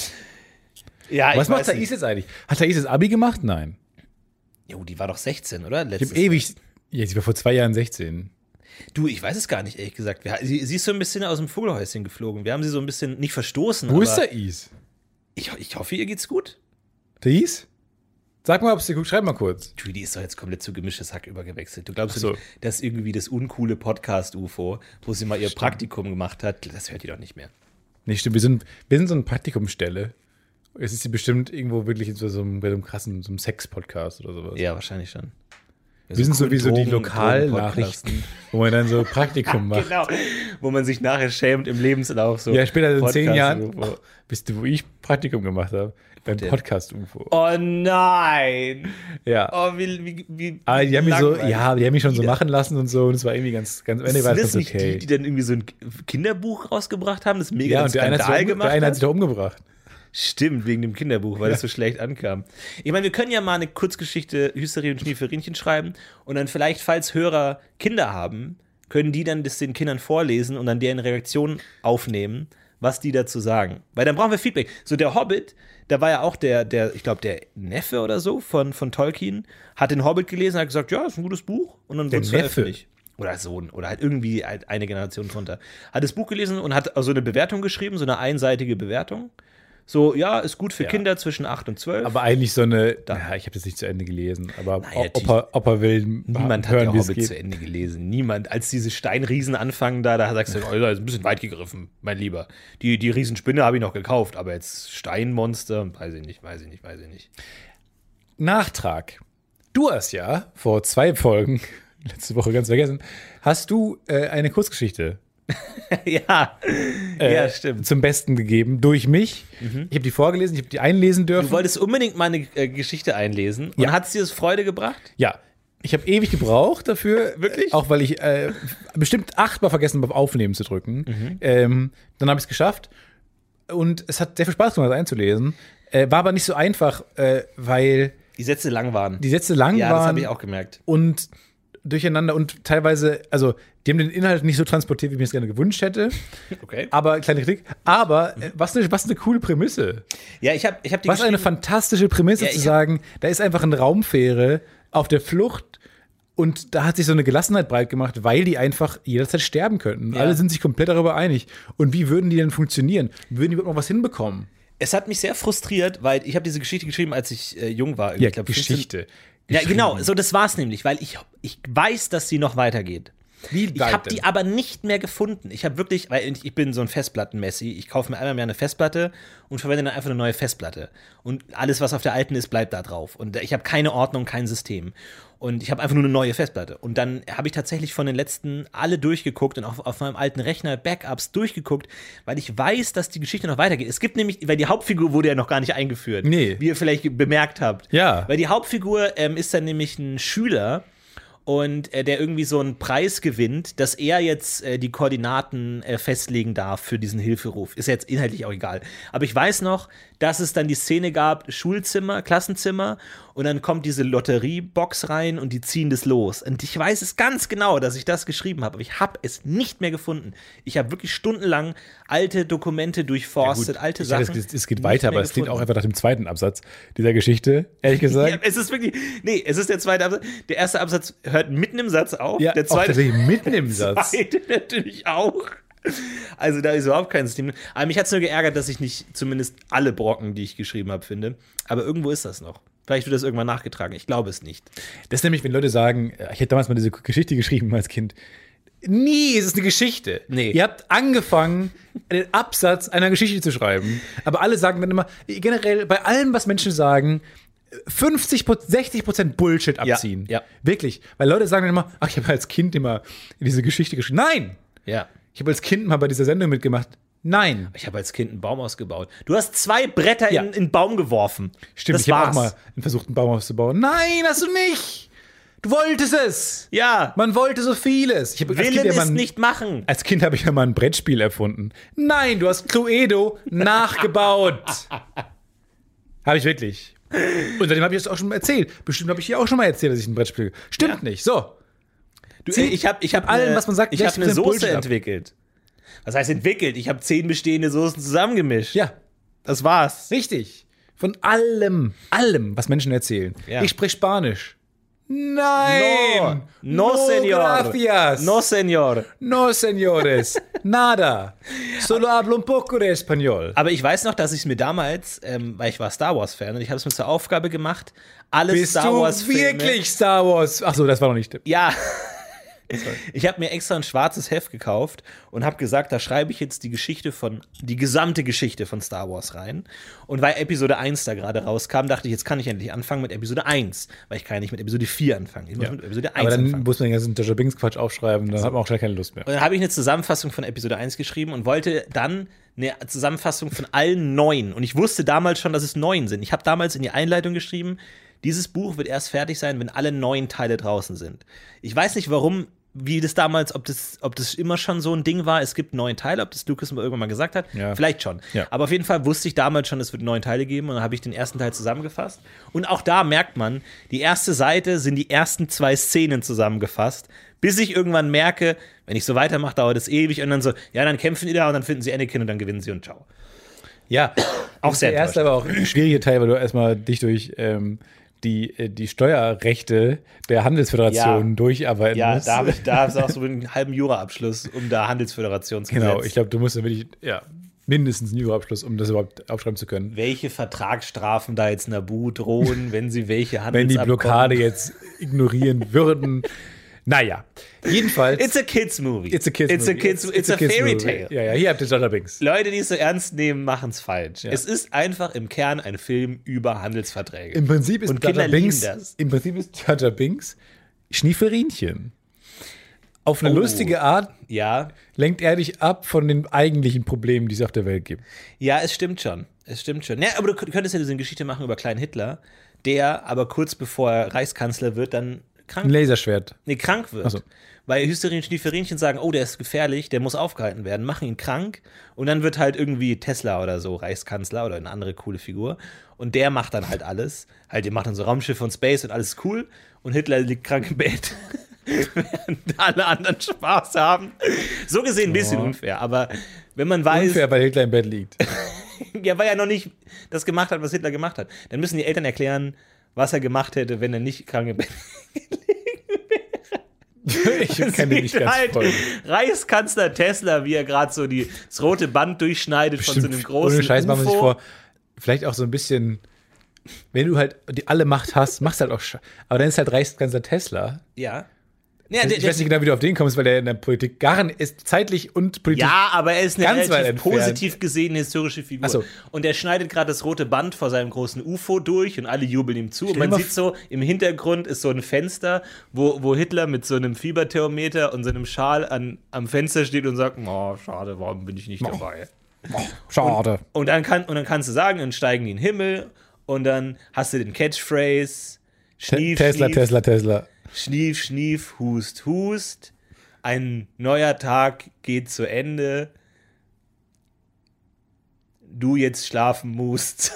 Ja, was macht Thais jetzt eigentlich? Hat Thais das Abi gemacht? Nein. Jo, die war doch 16, oder? Ich hab ewig. Ja, sie war vor 2 Jahren 16. Du, ich weiß es gar nicht, ehrlich gesagt. Sie ist so ein bisschen aus dem Vogelhäuschen geflogen. Wir haben sie so ein bisschen nicht verstoßen. Wo ist Thais? Ich hoffe, ihr geht's gut. Thais? Sag mal, ob es dir gut. Schreib mal kurz. Du, die ist doch jetzt komplett zu gemischtes Hack übergewechselt. Du glaubst nicht, dass irgendwie das uncoole Podcast-UFO, wo sie mal ihr Praktikum gemacht hat, das hört die doch nicht mehr. Nee, stimmt. Wir sind so eine Praktikumsstelle. Es ist sie bestimmt irgendwo wirklich bei so einem krassen, so einem Sex-Podcast oder sowas. Ja, wahrscheinlich schon. Wir sind sowieso die Lokalnachrichten, wo man dann so Praktikum macht. Genau, wo man sich nachher schämt im Lebenslauf. So ja, später in 10 Jahren. Wisst ihr, wo ich Praktikum gemacht habe? Beim Podcast-UFO. Oh nein! Ja. Oh, wie aber die haben mich schon so machen lassen und so. Und es war irgendwie ganz am Ende war es ganz nicht okay. Die dann irgendwie so ein Kinderbuch rausgebracht haben, das mega ja, und der eine hat sich doch umgebracht. Stimmt, wegen dem Kinderbuch, weil das so schlecht ankam. Ich meine, wir können ja mal eine Kurzgeschichte Hysterie und Schnieferinchen schreiben und dann vielleicht, falls Hörer Kinder haben, können die dann das den Kindern vorlesen und dann deren Reaktion aufnehmen, was die dazu sagen. Weil dann brauchen wir Feedback. So der Hobbit, da war ja auch ich glaube, der Neffe oder so von Tolkien, hat den Hobbit gelesen und hat gesagt, ja, ist ein gutes Buch. Und dann wurde es veröffentlicht. Oder Sohn, oder halt irgendwie halt eine Generation drunter. Hat das Buch gelesen und hat so eine Bewertung geschrieben, so eine einseitige Bewertung. So, ja, ist gut für Kinder zwischen 8 und 12. Aber eigentlich so eine, ich habe das nicht zu Ende gelesen, aber Opa will niemand hören, hat der Hobbit zu Ende gelesen. Niemand. Als diese Steinriesen anfangen da sagst du, das ist ein bisschen weit gegriffen, mein Lieber. Die Riesenspinne habe ich noch gekauft, aber jetzt Steinmonster, weiß ich nicht. Nachtrag. Du hast ja vor 2 Folgen, letzte Woche ganz vergessen, hast du eine Kurzgeschichte ja, stimmt. Zum Besten gegeben durch mich. Ich habe die vorgelesen, ich habe die einlesen dürfen. Du wolltest unbedingt meine Geschichte einlesen. Und hat es dir das Freude gebracht? Ja. Ich habe ewig gebraucht dafür. Wirklich? Auch weil ich bestimmt 8-mal vergessen habe, auf Aufnehmen zu drücken. Dann habe ich es geschafft. Und es hat sehr viel Spaß gemacht, das einzulesen. War aber nicht so einfach, weil die Sätze lang waren. Ja, das habe ich auch gemerkt. Und durcheinander und teilweise, also die haben den Inhalt nicht so transportiert, wie ich mir es gerne gewünscht hätte. Okay. Aber, kleine Kritik, aber was eine coole Prämisse. Ja, ich hab die was eine fantastische Prämisse zu sagen, da ist einfach eine Raumfähre auf der Flucht und da hat sich so eine Gelassenheit breit gemacht, weil die einfach jederzeit sterben könnten. Ja. Alle sind sich komplett darüber einig. Und wie würden die denn funktionieren? Würden die überhaupt noch was hinbekommen? Es hat mich sehr frustriert, weil ich habe diese Geschichte geschrieben, als ich jung war. Ja, ich glaub, Geschichte. Ja, genau, so das war's nämlich, weil ich weiß, dass sie noch weitergeht. Ich habe die aber nicht mehr gefunden. Ich habe wirklich, weil ich bin so ein Festplatten-Messi, ich kaufe mir einmal im Jahr eine Festplatte und verwende dann einfach eine neue Festplatte. Und alles, was auf der alten ist, bleibt da drauf. Und ich habe keine Ordnung, kein System. Und ich habe einfach nur eine neue Festplatte. Und dann habe ich tatsächlich von den letzten alle durchgeguckt und auch auf meinem alten Rechner Backups durchgeguckt, weil ich weiß, dass die Geschichte noch weitergeht. Es gibt nämlich, weil die Hauptfigur wurde ja noch gar nicht eingeführt, wie ihr vielleicht bemerkt habt. Ja. Weil die Hauptfigur ist dann nämlich ein Schüler, und der irgendwie so einen Preis gewinnt, dass er jetzt die Koordinaten festlegen darf für diesen Hilferuf. Ist jetzt inhaltlich auch egal. Aber ich weiß noch, dass es dann die Szene gab, Schulzimmer, Klassenzimmer, und dann kommt diese Lotteriebox rein und die ziehen das los. Und ich weiß es ganz genau, dass ich das geschrieben habe, aber ich habe es nicht mehr gefunden. Ich habe wirklich stundenlang alte Dokumente durchforstet, alte Sachen. Es geht weiter, aber es klingt auch einfach nach dem zweiten Absatz dieser Geschichte, ehrlich gesagt. Ja, es ist wirklich, es ist der zweite Absatz. Der erste Absatz hört mitten im Satz auf. Ja, der zweite mitten im Satz. Der zweite natürlich auch. Also da ist überhaupt kein System. Aber mich hat es nur geärgert, dass ich nicht zumindest alle Brocken, die ich geschrieben habe, finde. Aber irgendwo ist das noch. Vielleicht wird das irgendwann nachgetragen. Ich glaube es nicht. Das ist nämlich, wenn Leute sagen, ich hätte damals mal diese Geschichte geschrieben als Kind. Nie ist es eine Geschichte. Nee. Ihr habt angefangen, einen Absatz einer Geschichte zu schreiben. Aber alle sagen dann immer, generell bei allem, was Menschen sagen, 60% Bullshit abziehen. Ja. Wirklich. Weil Leute sagen dann immer, ach, ich habe als Kind immer in diese Geschichte geschrieben. Nein! Ja. Ich habe als Kind mal bei dieser Sendung mitgemacht. Nein. Ich habe als Kind einen Baum ausgebaut. Du hast 2 Bretter Ja. in den Baum geworfen. Stimmt, das ich habe auch war's. mal versucht, einen Baum auszubauen. Nein, hast du nicht! Du wolltest es! Ja. Man wollte so vieles. Ich hab als Willen Kind ja mal ist nicht machen. Als Kind habe ich ja mal ein Brettspiel erfunden. Nein, du hast Cluedo nachgebaut. Habe ich wirklich. Und seitdem habe ich das auch schon mal erzählt. Bestimmt habe ich hier auch schon mal erzählt, dass ich ein Brettspiel. Stimmt nicht. So. Ich habe allem, was man sagt, ich habe eine 60% Soße Bullshit ab. entwickelt. Was heißt entwickelt? Ich habe 10 bestehende Soßen zusammengemischt. Ja, Das war's. richtig. Von allem, was Menschen erzählen. Ja. Ich spreche Spanisch. Nein! No, señor. Gracias. No, señor. No, señores. Nada. Solo hablo un poco de español. Aber ich weiß noch, dass ich es mir damals, weil ich war Star Wars-Fan und ich habe es mir zur Aufgabe gemacht, alle Bist Star du Wars-Filme. wirklich Star Wars? Achso, das war noch nicht. Ja. Ich habe mir extra ein schwarzes Heft gekauft und habe gesagt, da schreibe ich jetzt die gesamte Geschichte von Star Wars rein. Und weil Episode 1 da gerade rauskam, dachte ich, jetzt kann ich endlich anfangen mit Episode 1, weil ich kann ja nicht mit Episode 4 anfangen. Ich muss mit Episode 1 Aber dann anfangen. muss man den ganzen Jar Jar Binks Quatsch aufschreiben, dann hat man auch schnell keine Lust mehr. Und dann habe ich eine Zusammenfassung von Episode 1 geschrieben und wollte dann eine Zusammenfassung von allen 9. Und ich wusste damals schon, dass es 9 sind. Ich habe damals in die Einleitung geschrieben, dieses Buch wird erst fertig sein, wenn alle 9 Teile draußen sind. Ich weiß nicht, warum, wie das damals, ob das immer schon so ein Ding war, es gibt 9 Teile, ob das Lucas irgendwann mal gesagt hat, Ja. vielleicht schon. Ja. Aber auf jeden Fall wusste ich damals schon, es wird 9 Teile geben und dann habe ich den ersten Teil zusammengefasst. Und auch da merkt man, die erste Seite sind die ersten 2 Szenen zusammengefasst, bis ich irgendwann merke, wenn ich so weitermache, dauert es ewig und dann so, ja, dann kämpfen die da und dann finden sie Anakin und dann gewinnen sie und ciao. Ja, Auch sehr der erste, aber auch ein schwieriger Teil, weil du erstmal dich durch die Steuerrechte der Handelsföderation durcharbeiten Ja, musst. da hast du auch so einen halben Juraabschluss, um da Handelsföderationsgesetz. Genau, ich glaube, du musst wirklich mindestens einen Juraabschluss, um das überhaupt aufschreiben zu können. Welche Vertragsstrafen da jetzt Naboo drohen, wenn sie welche Wenn die Handelsabkommen... Blockade jetzt ignorieren würden. Naja, jedenfalls. It's a kids movie. It's a kids movie. It's a fairy movie. tale. Ja, hier habt ihr Jar Jar Binks. Leute, die es so ernst nehmen, machen es falsch. Ja. Es ist einfach im Kern ein Film über Handelsverträge. Im Prinzip ist Und Jar Kinder Jar Binks, lieben das. im Prinzip ist Jar Jar Binks Schnieferinchen. Auf eine lustige Art Ja, lenkt er dich ab von den eigentlichen Problemen, die es auf der Welt gibt. ja, es stimmt schon. Ja, aber du könntest ja diese Geschichte machen über kleinen Hitler, der aber kurz bevor er Reichskanzler wird, dann Ein Laserschwert. krank wird. Ach so. Weil Hysterin Schnieferinchen sagen, oh, der ist gefährlich, der muss aufgehalten werden, machen ihn krank und dann wird halt irgendwie Tesla oder so Reichskanzler oder eine andere coole Figur und der macht dann halt alles. Halt, der macht dann so Raumschiffe und Space und alles ist cool und Hitler liegt krank im Bett, während alle anderen Spaß haben. So gesehen ein bisschen unfair, aber wenn man weiß, Unfair, weil Hitler im Bett liegt. ja, weil er noch nicht das gemacht hat, was Hitler gemacht hat, dann müssen die Eltern erklären, was er gemacht hätte, wenn er nicht krank im Bett Ich kann den nicht ganz halt folgen. Reichskanzler Tesla, wie er gerade so das rote Band durchschneidet von so einem großen Ohne Scheiß, machen wir sich UFO. vor, vielleicht auch so ein bisschen, wenn du halt alle Macht hast, machst halt auch aber dann ist halt Reichskanzler Tesla. Ja. Ja, Ich weiß nicht genau, wie du auf den kommst, weil der in der Politik gar nicht ist, zeitlich und politisch. ja, aber er ist eine ganz weit relativ entfernt. positiv gesehene historische Figur. Ach so. Und er schneidet gerade das rote Band vor seinem großen UFO durch und alle jubeln ihm zu. Und man mal sieht so, im Hintergrund ist so ein Fenster, wo Hitler mit so einem Fieberthermometer und so einem Schal am Fenster steht und sagt, oh, schade, warum bin ich nicht dabei? Schade. Und dann kannst du sagen, dann steigen die in den Himmel und dann hast du den Catchphrase, Schnief, Tesla, schnief, Tesla, Tesla. Schnief, schnief, hust, hust. Ein neuer Tag geht zu Ende. Du jetzt schlafen musst.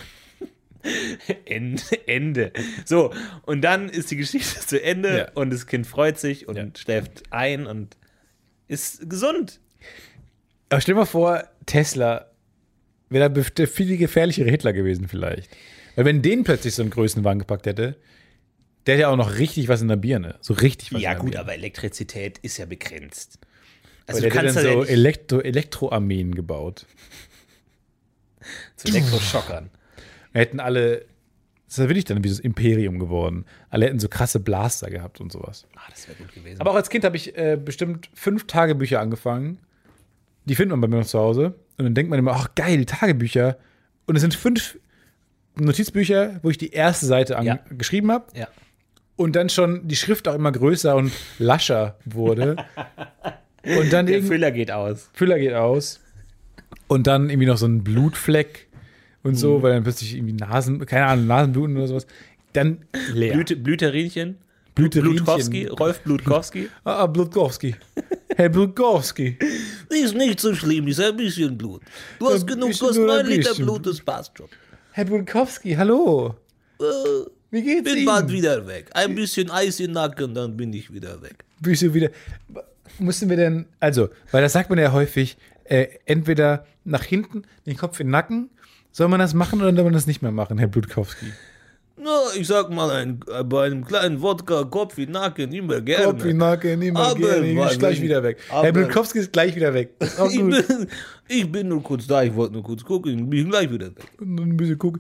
Ende. So, und dann ist die Geschichte zu Ende Ja. und das Kind freut sich und schläft ein und ist gesund. Aber stell dir mal vor, Tesla wäre da viel gefährlichere Hitler gewesen vielleicht. Weil wenn den plötzlich so einen Größenwagen gepackt hätte, der hätte ja auch noch richtig was in der Birne. So richtig was Ja in der gut, Birne. aber Elektrizität ist ja begrenzt. Also Also der hätte da dann so ja nicht Elektroarmeen gebaut. zu Elektroschockern. Wir hätten alle, das wäre wirklich dann wie so das Imperium geworden. Alle hätten so krasse Blaster gehabt und sowas. Ah, das wäre gut gewesen. Aber auch als Kind habe ich bestimmt 5 Tagebücher angefangen. Die findet man bei mir noch zu Hause. Und dann denkt man immer, ach geil, die Tagebücher. Und es sind 5 Notizbücher, wo ich die erste Seite geschrieben habe. Ja. Und dann schon die Schrift auch immer größer und lascher wurde. Und dann Der Füller geht aus. Füller geht aus. Und dann irgendwie noch so ein Blutfleck und so, weil dann plötzlich irgendwie Nasenbluten oder sowas. Dann leer. Blüterinchen. Blüterinchen. Blutkowski, Rolf Blutkowski. Blutkowski. Herr Blutkowski. Ist nicht so schlimm, ist ein bisschen Blut. Du hast genug, du hast 9 Liter Blut, das passt schon. Herr Blutkowski, hallo. Wie geht's Ihnen? Bin bald wieder weg. Ein bisschen Eis im Nacken, dann bin ich wieder weg. Bist du wieder. Müssen wir denn, also, weil das sagt man ja häufig, entweder nach hinten, den Kopf in den Nacken, soll man das machen oder soll man das nicht mehr machen, Herr Blutkowski? Na, ich sag mal, bei einem kleinen Wodka, Kopf in Nacken, immer gerne. Kopf in den Nacken, immer gerne, ist gleich wieder weg. Herr Blutkowski ist gleich wieder weg. Ich bin nur kurz da, ich wollte nur kurz gucken, bin gleich wieder weg. Und ein bisschen gucken.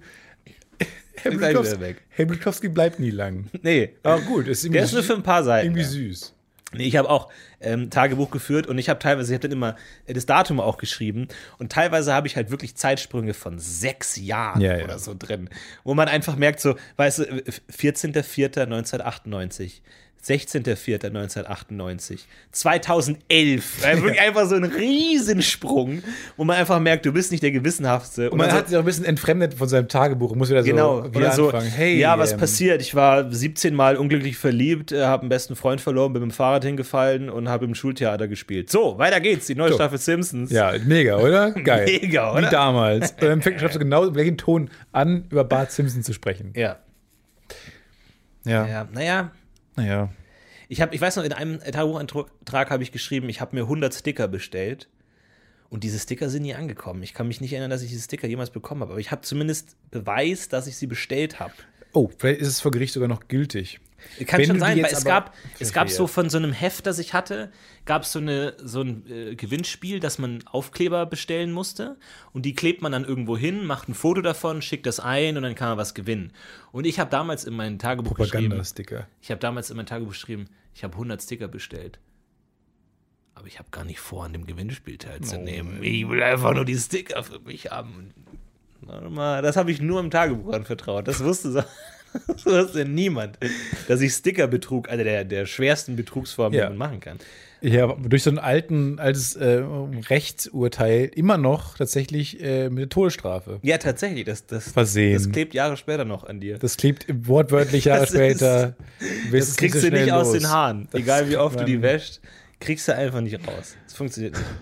Herr Blutkowski bleibt nie lang. Nee. Aber gut, ist Der ist nur für ein paar Seiten. irgendwie süß. Nee, ich habe auch Tagebuch geführt und ich habe dann immer das Datum auch geschrieben und teilweise habe ich halt wirklich Zeitsprünge von 6 Jahren oder so drin, wo man einfach merkt so, weißt du, 14.04.1998, 16.04.1998, 2011, wirklich einfach so ein Riesensprung, wo man einfach merkt, du bist nicht der Gewissenhaftste. Und man hat sich auch ein bisschen entfremdet von seinem Tagebuch und muss wieder so wieder so, anfangen. Hey, ja, was passiert? Ich war 17 Mal unglücklich verliebt, habe einen besten Freund verloren, bin mit dem Fahrrad hingefallen und habe im Schultheater gespielt. So, weiter geht's, die neue Staffel Simpsons. Ja, mega, oder? Geil. Mega, oder? Wie damals. Und dann schreibst du genau im gleichen Ton an, über Bart Simpson zu sprechen. Ja. Ja. Naja. Ich weiß noch, in einem Tagebucheintrag habe ich geschrieben, ich habe mir 100 Sticker bestellt und diese Sticker sind nie angekommen. Ich kann mich nicht erinnern, dass ich diese Sticker jemals bekommen habe, aber ich habe zumindest Beweis, dass ich sie bestellt habe. Oh, vielleicht ist es vor Gericht sogar noch gültig. Kann schon sein, weil es gab so von so einem Heft, das ich hatte, gab es so ein Gewinnspiel, dass man Aufkleber bestellen musste und die klebt man dann irgendwo hin, macht ein Foto davon, schickt das ein und dann kann man was gewinnen. Und ich habe damals in mein Tagebuch geschrieben, ich habe 100 Sticker bestellt. Aber ich habe gar nicht vor, an dem Gewinnspiel teilzunehmen. Ich will einfach nur die Sticker für mich haben. Warte mal, das habe ich nur im Tagebuch anvertraut. Das wusste niemand, dass ich Stickerbetrug, also der schwersten Betrugsform, die man machen kann. Ja, durch so ein altes Rechtsurteil immer noch tatsächlich mit der Todesstrafe. Ja, tatsächlich. Das versehen. Das klebt Jahre später noch an dir. Das klebt wortwörtlich Jahre später. Das kriegst du nicht aus den Haaren. Egal wie oft du die wäschst, kriegst du einfach nicht raus. Das funktioniert nicht.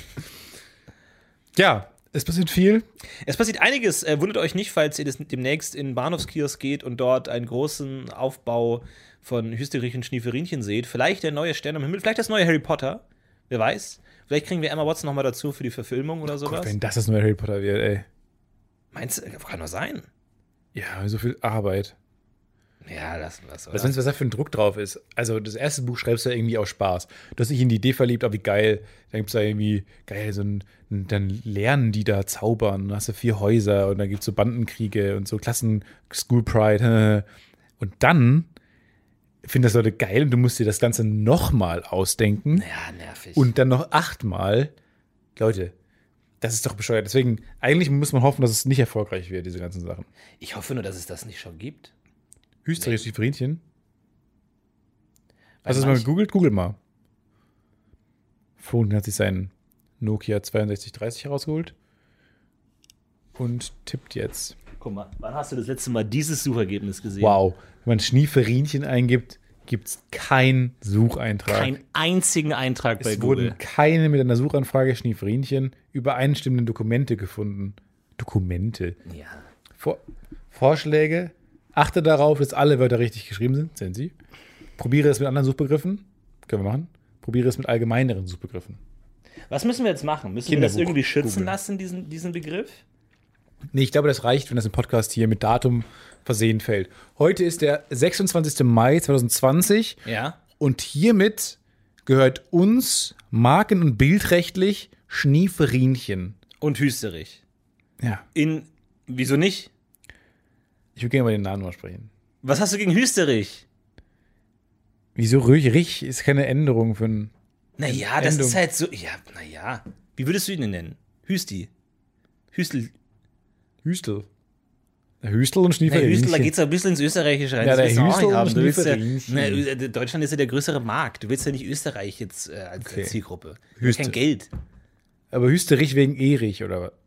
Ja. Es passiert viel. Es passiert einiges. Wundert euch nicht, falls ihr demnächst in den Bahnhofskiosk geht und dort einen großen Aufbau von Hüsterich und Schnieferinchen seht. Vielleicht der neue Stern am Himmel, vielleicht das neue Harry Potter. Wer weiß. Vielleicht kriegen wir Emma Watson nochmal dazu für die Verfilmung oder sowas. Gott, wenn das neue Harry Potter wird, ey. Meinst du, kann doch sein. Ja, so viel Arbeit. Ja, lassen wir es. Was da für ein Druck drauf ist. Also, das erste Buch schreibst du ja irgendwie aus Spaß. Du hast dich in die Idee verliebt, aber wie geil. Dann gibt es da irgendwie, geil, dann lernen die da zaubern. Dann hast du 4 Häuser und dann gibt es so Bandenkriege und so School Pride. Und dann finden das Leute geil und du musst dir das Ganze nochmal ausdenken. Ja, nervig. Und dann noch 8-mal. Leute, das ist doch bescheuert. Deswegen, eigentlich muss man hoffen, dass es nicht erfolgreich wird, diese ganzen Sachen. Ich hoffe nur, dass es das nicht schon gibt. Hüsterich Schnieferinchen? Hast du das mal gegoogelt? Google mal. Florentin hat sich seinen Nokia 6230 herausgeholt und tippt jetzt. Guck mal, wann hast du das letzte Mal dieses Suchergebnis gesehen? Wow. Wenn man Schnieferinchen eingibt, gibt es keinen Sucheintrag. Keinen einzigen Eintrag bei Google. Es wurden keine mit einer Suchanfrage Schnieferinchen übereinstimmenden Dokumente gefunden. Dokumente? Ja. Vorschläge. Achte darauf, dass alle Wörter richtig geschrieben sind. Sehen Sie. Probiere es mit anderen Suchbegriffen. Können wir machen. Probiere es mit allgemeineren Suchbegriffen. Was müssen wir jetzt machen? Müssen wir das irgendwie schützen lassen, diesen Begriff? Nee, ich glaube, das reicht, wenn das im Podcast hier mit Datum versehen fällt. Heute ist der 26. Mai 2020. Ja. Und hiermit gehört uns marken- und bildrechtlich Schnieferinchen. Und Hüsterich. Ja. Wieso nicht? Ich will gerne mal den Namen mal sprechen. Was hast du gegen Hüsterich? Wieso Rich ist keine Änderung für ein. Naja, das ist halt so. Ja, naja. Wie würdest du ihn denn nennen? Hüsti. Hüstel. Hüstel. Hüstel und Na, Schnieferinchen. Hüstel, da geht's ein bisschen ins Österreichische rein. Ja, das der willst du auch Hüstel nicht haben. und Du willst ja, Schnieferinchen. Deutschland ist ja der größere Markt. Du willst ja nicht Österreich jetzt als Zielgruppe. Du hast Hüste. kein Geld. Aber Hüsterich wegen Erich, oder was?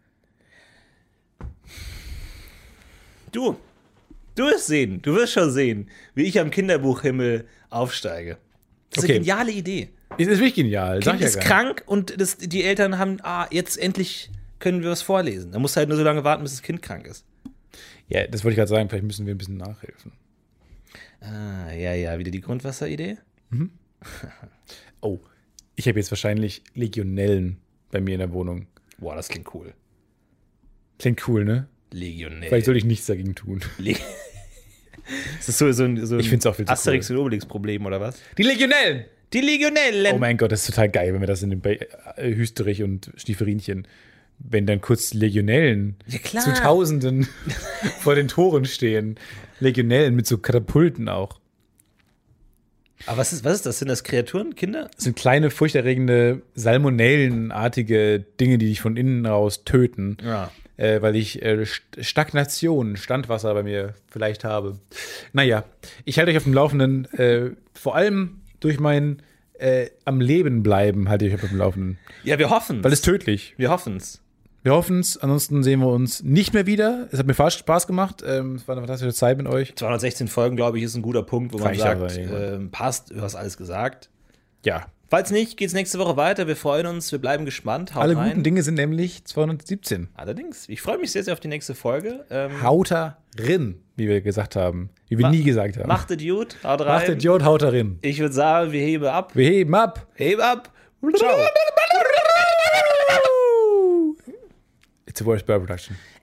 Du wirst schon sehen, wie ich am Kinderbuchhimmel aufsteige. Das ist Okay. eine geniale Idee. Ist wirklich genial. Kind ja ist gar nicht. krank und die Eltern haben, jetzt endlich können wir was vorlesen. Da musst du halt nur so lange warten, bis das Kind krank ist. Ja, das wollte ich gerade sagen. Vielleicht müssen wir ein bisschen nachhelfen. Ah, ja, wieder die Grundwasseridee? Oh, ich habe jetzt wahrscheinlich Legionellen bei mir in der Wohnung. Boah, das klingt cool. Klingt cool, ne? Legionell. Vielleicht sollte ich nichts dagegen tun. Das ist so ein Ich find's auch viel zu Asterix und Obelix-Problem, oder was? Die Legionellen! Die Legionellen! Oh mein Gott, das ist total geil, wenn wir das in den Hüsterich und Stieferinchen, wenn dann kurz Legionellen Ja, klar. zu Tausenden vor den Toren stehen. Legionellen mit so Katapulten auch. Aber was ist das? Sind das Kreaturen, Kinder? Das sind kleine, furchterregende, salmonellenartige Dinge, die dich von innen raus töten. Ja. Weil ich Stagnation, Standwasser bei mir vielleicht habe. Naja, ich halte euch auf dem Laufenden. Vor allem durch mein am Leben bleiben halte ich euch auf dem Laufenden. Ja, wir hoffen. Weil es ist tödlich. Wir hoffen's. Wir hoffen es. Ansonsten sehen wir uns nicht mehr wieder. Es hat mir fast Spaß gemacht. Es war eine fantastische Zeit mit euch. 216 Folgen, glaube ich, ist ein guter Punkt, wo man Reicht sagt, aber irgendwann. passt, du hast alles gesagt. Ja. Falls nicht, geht's nächste Woche weiter. Wir freuen uns, wir bleiben gespannt. Haut Alle rein. guten Dinge sind nämlich 217. Allerdings. Ich freue mich sehr, sehr auf die nächste Folge. Hauterin, wie wir gesagt haben. Wie wir nie gesagt haben. Macht Idiot, haut rein. Macht Idiot, Hauterin. Ich würde sagen, wir heben ab. Wir heben ab. Heben ab. Ciao. It's a Worst Bear Production.